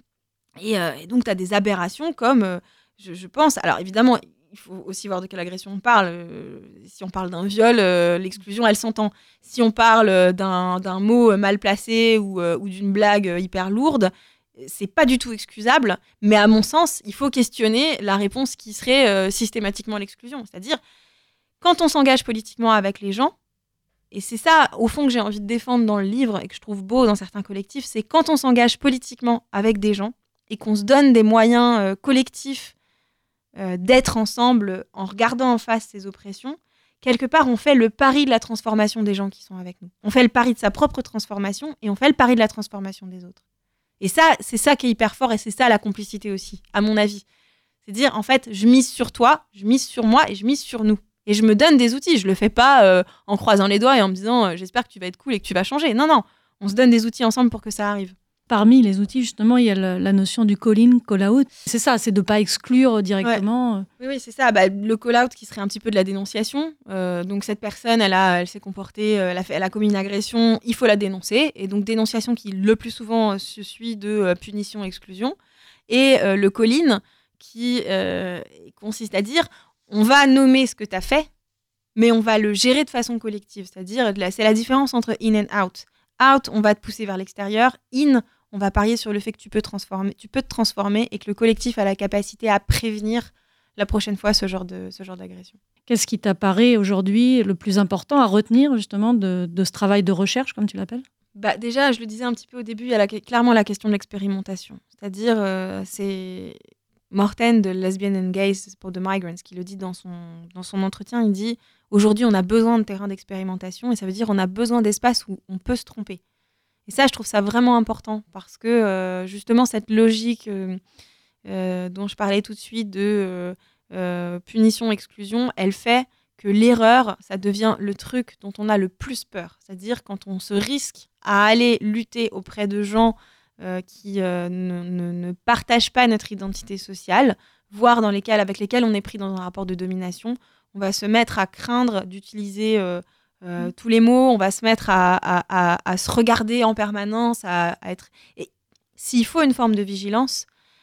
Et, euh, et donc, tu as des aberrations comme, euh, je, je pense... Alors, évidemment... Il faut aussi voir de quelle agression on parle. Euh, si on parle d'un viol, euh, l'exclusion, elle s'entend. Si on parle d'un, d'un mot mal placé ou, euh, ou d'une blague hyper lourde, c'est pas du tout excusable. Mais à mon sens, il faut questionner la réponse qui serait euh, systématiquement l'exclusion. C'est-à-dire, quand on s'engage politiquement avec les gens, et c'est ça, au fond, que j'ai envie de défendre dans le livre et que je trouve beau dans certains collectifs, c'est quand on s'engage politiquement avec des gens et qu'on se donne des moyens euh, collectifs Euh, d'être ensemble en regardant en face ces oppressions, quelque part, on fait le pari de la transformation des gens qui sont avec nous. On fait le pari de sa propre transformation et on fait le pari de la transformation des autres. Et ça, c'est ça qui est hyper fort et c'est ça la complicité aussi, à mon avis. C'est dire, en fait, je mise sur toi, je mise sur moi et je mise sur nous. Et je me donne des outils. Je le fais pas euh, en croisant les doigts et en me disant euh, j'espère que tu vas être cool et que tu vas changer. Non, non. On se donne des outils ensemble pour que ça arrive. Parmi les outils, justement, il y a la, la notion du call-in, call-out. C'est ça, c'est de ne pas exclure directement. Ouais. Oui, oui, c'est ça. Bah, le call-out qui serait un petit peu de la dénonciation. Euh, donc, cette personne, elle, a, elle s'est comportée, elle a, fait, elle a commis une agression, il faut la dénoncer. Et donc, dénonciation qui, le plus souvent, se suit de euh, punition, exclusion. Et euh, le call-in qui euh, consiste à dire, on va nommer ce que tu as fait, mais on va le gérer de façon collective. C'est-à-dire, c'est la différence entre in and out. Out, on va te pousser vers l'extérieur. In, on va parier sur le fait que tu peux, transformer, tu peux te transformer et que le collectif a la capacité à prévenir la prochaine fois ce genre, de, ce genre d'agression. Qu'est-ce qui t'apparaît aujourd'hui le plus important à retenir justement de, de ce travail de recherche, comme tu l'appelles ? Bah, déjà, je le disais un petit peu au début, il y a la, clairement la question de l'expérimentation. C'est-à-dire, euh, c'est Morten de Lesbian and Gays pour The Migrants qui le dit dans son, dans son entretien. Il dit « Aujourd'hui, on a besoin de terrains d'expérimentation et ça veut dire qu'on a besoin d'espaces où on peut se tromper. » Et ça, je trouve ça vraiment important parce que euh, justement, cette logique euh, euh, dont je parlais tout de suite de euh, euh, punition-exclusion, elle fait que l'erreur, ça devient le truc dont on a le plus peur. C'est-à-dire quand on se risque à aller lutter auprès de gens euh, qui euh, ne, ne, ne partagent pas notre identité sociale, voire dans les cas avec lesquels on est pris dans un rapport de domination, on va se mettre à craindre d'utiliser... Euh, Euh, tous les mots, on va se mettre à, à, à, à se regarder en permanence, à, à être... Et s'il faut une forme de vigilance,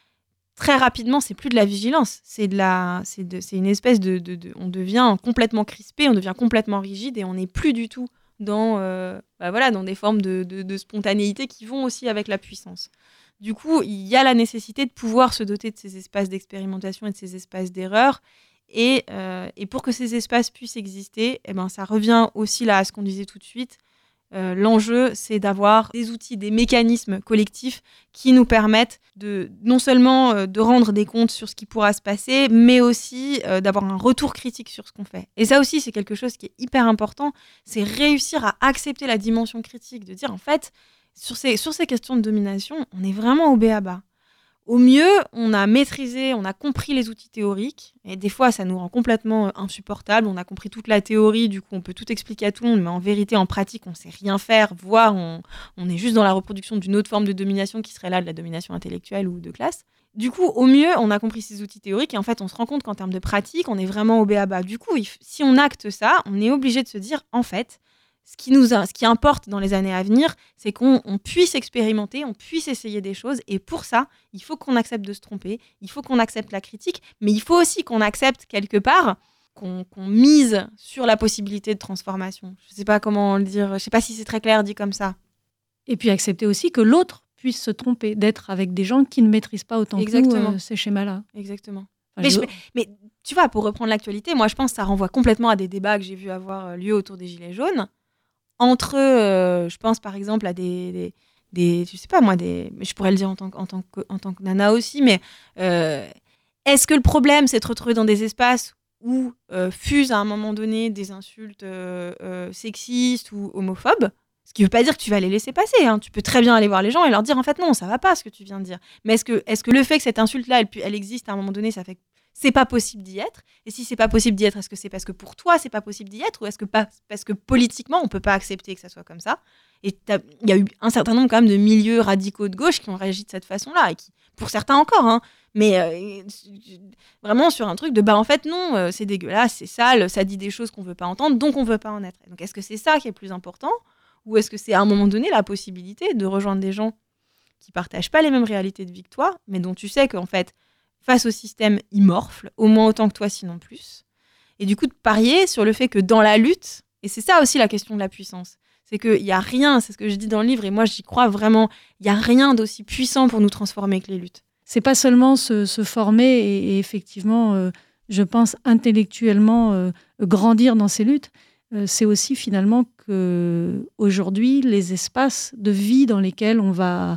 très rapidement, c'est plus de la vigilance, c'est, de la, c'est, de, c'est une espèce de, de, de... On devient complètement crispé, on devient complètement rigide et on n'est plus du tout dans, euh, bah voilà, dans des formes de, de, de spontanéité qui vont aussi avec la puissance. Du coup, il y a la nécessité de pouvoir se doter de ces espaces d'expérimentation et de ces espaces d'erreur. Et, euh, et pour que ces espaces puissent exister, eh ben, ça revient aussi là à ce qu'on disait tout de suite. Euh, l'enjeu, c'est d'avoir des outils, des mécanismes collectifs qui nous permettent de, non seulement euh, de rendre des comptes sur ce qui pourra se passer, mais aussi euh, d'avoir un retour critique sur ce qu'on fait. Et ça aussi, c'est quelque chose qui est hyper important, c'est réussir à accepter la dimension critique, de dire en fait, sur ces, sur ces questions de domination, on est vraiment au b a bas. Au mieux, on a maîtrisé, on a compris les outils théoriques, et des fois, ça nous rend complètement insupportable. On a compris toute la théorie, du coup, on peut tout expliquer à tout le monde, mais en vérité, en pratique, on ne sait rien faire, voire on, on est juste dans la reproduction d'une autre forme de domination qui serait là de la domination intellectuelle ou de classe. Du coup, au mieux, on a compris ces outils théoriques, et en fait, on se rend compte qu'en termes de pratique, on est vraiment au b a bas. Du coup, if, si on acte ça, on est obligé de se dire, en fait, Ce qui, nous a, ce qui importe dans les années à venir, c'est qu'on on puisse expérimenter, on puisse essayer des choses. Et pour ça, il faut qu'on accepte de se tromper, il faut qu'on accepte la critique, mais il faut aussi qu'on accepte quelque part, qu'on, qu'on mise sur la possibilité de transformation. Je ne sais pas comment le dire, je ne sais pas si c'est très clair dit comme ça. Et puis accepter aussi que l'autre puisse se tromper, d'être avec des gens qui ne maîtrisent pas autant Exactement. que nous euh, ces schémas-là. Exactement. Enfin, mais, je... je, mais tu vois, pour reprendre l'actualité, moi je pense que ça renvoie complètement à des débats que j'ai vus avoir lieu autour des Gilets jaunes. Entre, euh, je pense par exemple à des, des, des, je sais pas moi, des, je pourrais le dire en tant que, en tant que, en tant que nana aussi, mais euh, est-ce que le problème c'est de se retrouver dans des espaces où euh, fusent à un moment donné des insultes euh, euh, sexistes ou homophobes? Ce qui veut pas dire que tu vas les laisser passer, hein. Tu peux très bien aller voir les gens et leur dire en fait non, ça va pas ce que tu viens de dire. Mais est-ce que, est-ce que le fait que cette insulte-là, elle, elle existe à un moment donné, ça fait que c'est pas possible d'y être? Et si c'est pas possible d'y être, est-ce que c'est parce que pour toi c'est pas possible d'y être, ou est-ce que pas parce que politiquement on peut pas accepter que ça soit comme ça? Et il y a eu un certain nombre quand même de milieux radicaux de gauche qui ont réagi de cette façon-là, et qui, pour certains encore, hein, mais euh, vraiment sur un truc de bah en fait non, euh, c'est dégueulasse, c'est sale, ça dit des choses qu'on veut pas entendre, donc on veut pas en être. Donc est-ce que c'est ça qui est plus important, ou est-ce que c'est à un moment donné la possibilité de rejoindre des gens qui partagent pas les mêmes réalités de vie que toi, mais dont tu sais qu'en fait face au système, ils morflent, au moins autant que toi, sinon plus. Et du coup, de parier sur le fait que dans la lutte, et c'est ça aussi la question de la puissance, c'est qu'il n'y a rien, c'est ce que je dis dans le livre, et moi j'y crois vraiment, il n'y a rien d'aussi puissant pour nous transformer que les luttes. C'est pas seulement se, se former et, et effectivement, euh, je pense, intellectuellement euh, grandir dans ces luttes, euh, c'est aussi finalement qu'aujourd'hui, les espaces de vie dans lesquels on va...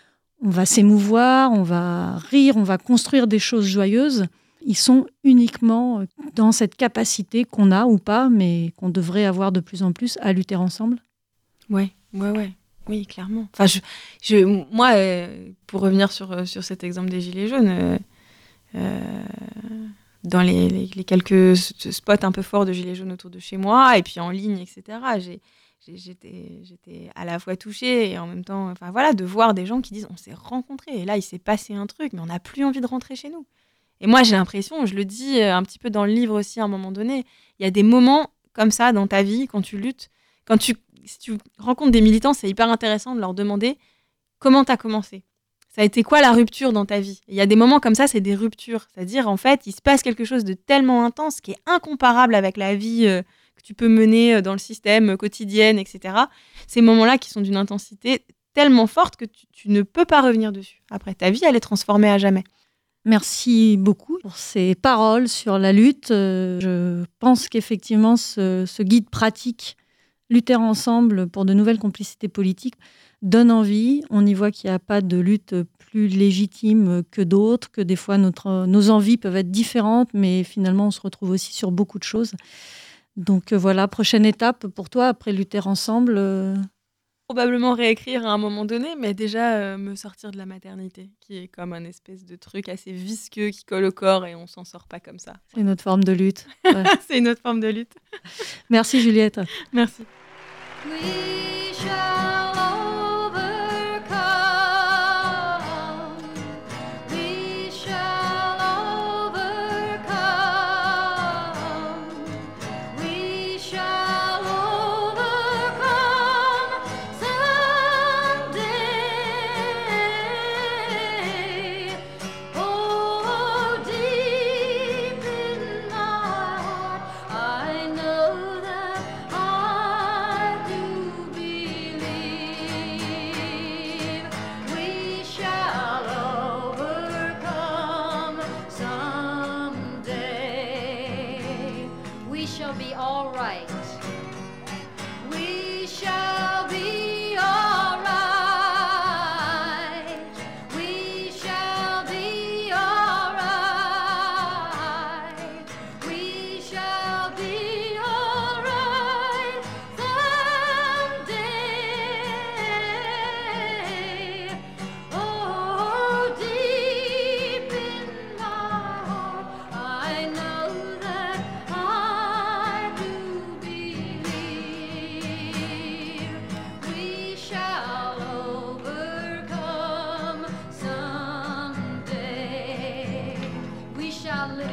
On va s'émouvoir, on va rire, on va construire des choses joyeuses. Ils sont uniquement dans cette capacité qu'on a ou pas, mais qu'on devrait avoir de plus en plus à lutter ensemble. Ouais, ouais, ouais. Oui, clairement. Enfin, je, je, moi, euh, pour revenir sur, sur cet exemple des Gilets jaunes, euh, euh, dans les, les, les quelques spots un peu forts de Gilets jaunes autour de chez moi, et puis en ligne, et cetera, j'ai... J'étais, j'étais à la fois touchée et en même temps, enfin voilà, de voir des gens qui disent on s'est rencontrés et là il s'est passé un truc, mais on n'a plus envie de rentrer chez nous. Et moi j'ai l'impression, je le dis un petit peu dans le livre aussi à un moment donné, il y a des moments comme ça dans ta vie quand tu luttes, quand tu, si tu rencontres des militants, c'est hyper intéressant de leur demander comment t'as commencé. Ça a été quoi la rupture dans ta vie? Il y a des moments comme ça, c'est des ruptures, c'est-à-dire en fait il se passe quelque chose de tellement intense qui est incomparable avec la vie. Euh, que tu peux mener dans le système quotidien, et cetera. Ces moments-là qui sont d'une intensité tellement forte que tu, tu ne peux pas revenir dessus. Après, ta vie, elle est transformée à jamais. Merci beaucoup pour ces paroles sur la lutte. Euh, je pense qu'effectivement, ce, ce guide pratique, Lutter ensemble pour de nouvelles complicités politiques, donne envie. On y voit qu'il n'y a pas de lutte plus légitime que d'autres, que des fois notre, nos envies peuvent être différentes, mais finalement, on se retrouve aussi sur beaucoup de choses. Donc euh, voilà, prochaine étape pour toi, après lutter ensemble. Euh... Probablement réécrire à un moment donné, mais déjà euh, me sortir de la maternité, qui est comme un espèce de truc assez visqueux qui colle au corps et on s'en sort pas comme ça. C'est une autre forme de lutte. Ouais. C'est une autre forme de lutte. Merci Juliette. Merci. We shall oh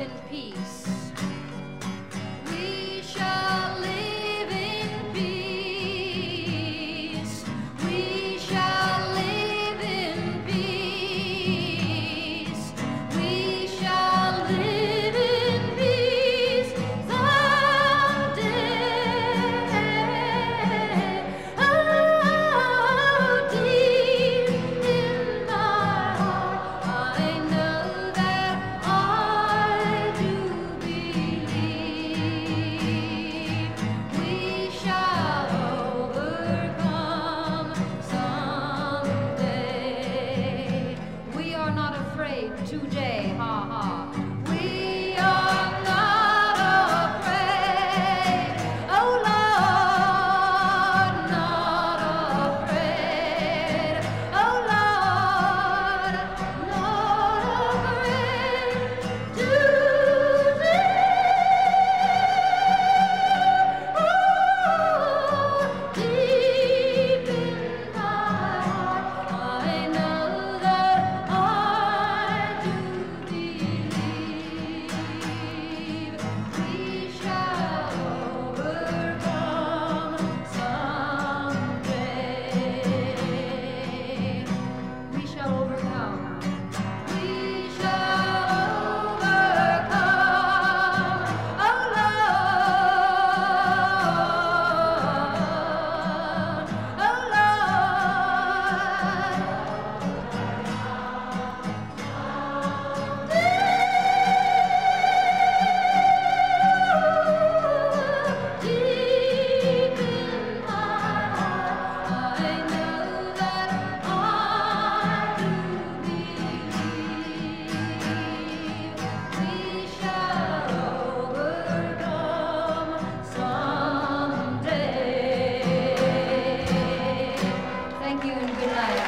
in peace. We shall live in peace. We shall live in peace. We shall live in peace someday. Oh, deep in my heart, I know that I do believe we shall overcome someday. We are not afraid today, ha ha. We are not afraid, oh Lord, not afraid, oh Lord, not afraid today. Oh, deep in my heart, I know that I do believe we shall overcome someday. We shall overcome. We shall overcome. Oh Lord, oh Lord. Deep in my heart, I know that I do believe we shall overcome someday. Thank you and good night.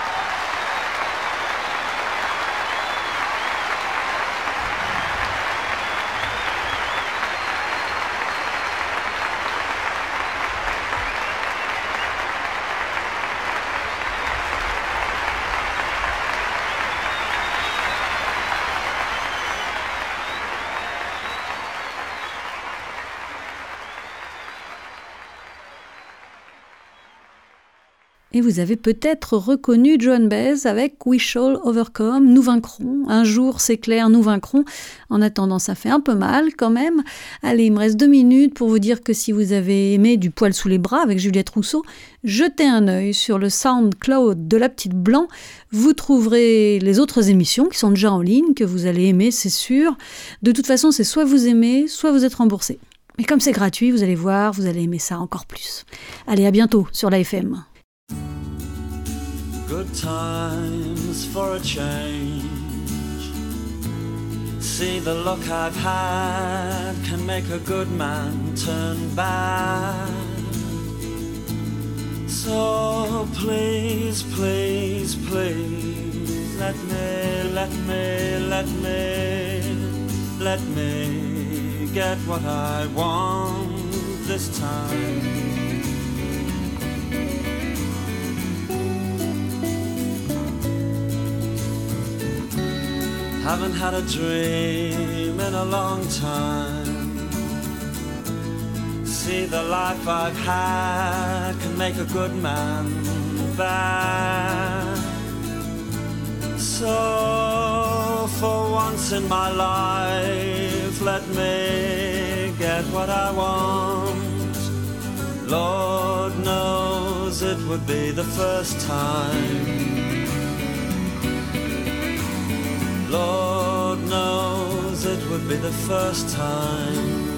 Et vous avez peut-être reconnu Joan Baez avec We Shall Overcome, nous vaincrons. Un jour, c'est clair, nous vaincrons. En attendant, ça fait un peu mal quand même. Allez, il me reste deux minutes pour vous dire que si vous avez aimé Du poil sous les bras avec Juliette Rousseau, jetez un œil sur le SoundCloud de La Petite Blanc. Vous trouverez les autres émissions qui sont déjà en ligne, que vous allez aimer, c'est sûr. De toute façon, c'est soit vous aimez, soit vous êtes remboursé. Mais comme c'est gratuit, vous allez voir, vous allez aimer ça encore plus. Allez, à bientôt sur la F M. Good times for a change. See, the luck I've had can make a good man turn bad. So please, please, please, let me, let me, let me, let me get what I want this time. Haven't had a dream in a long time. See, the life I've had can make a good man bad. So for once in my life, let me get what I want. Lord knows it would be the first time. Lord knows it would be the first time.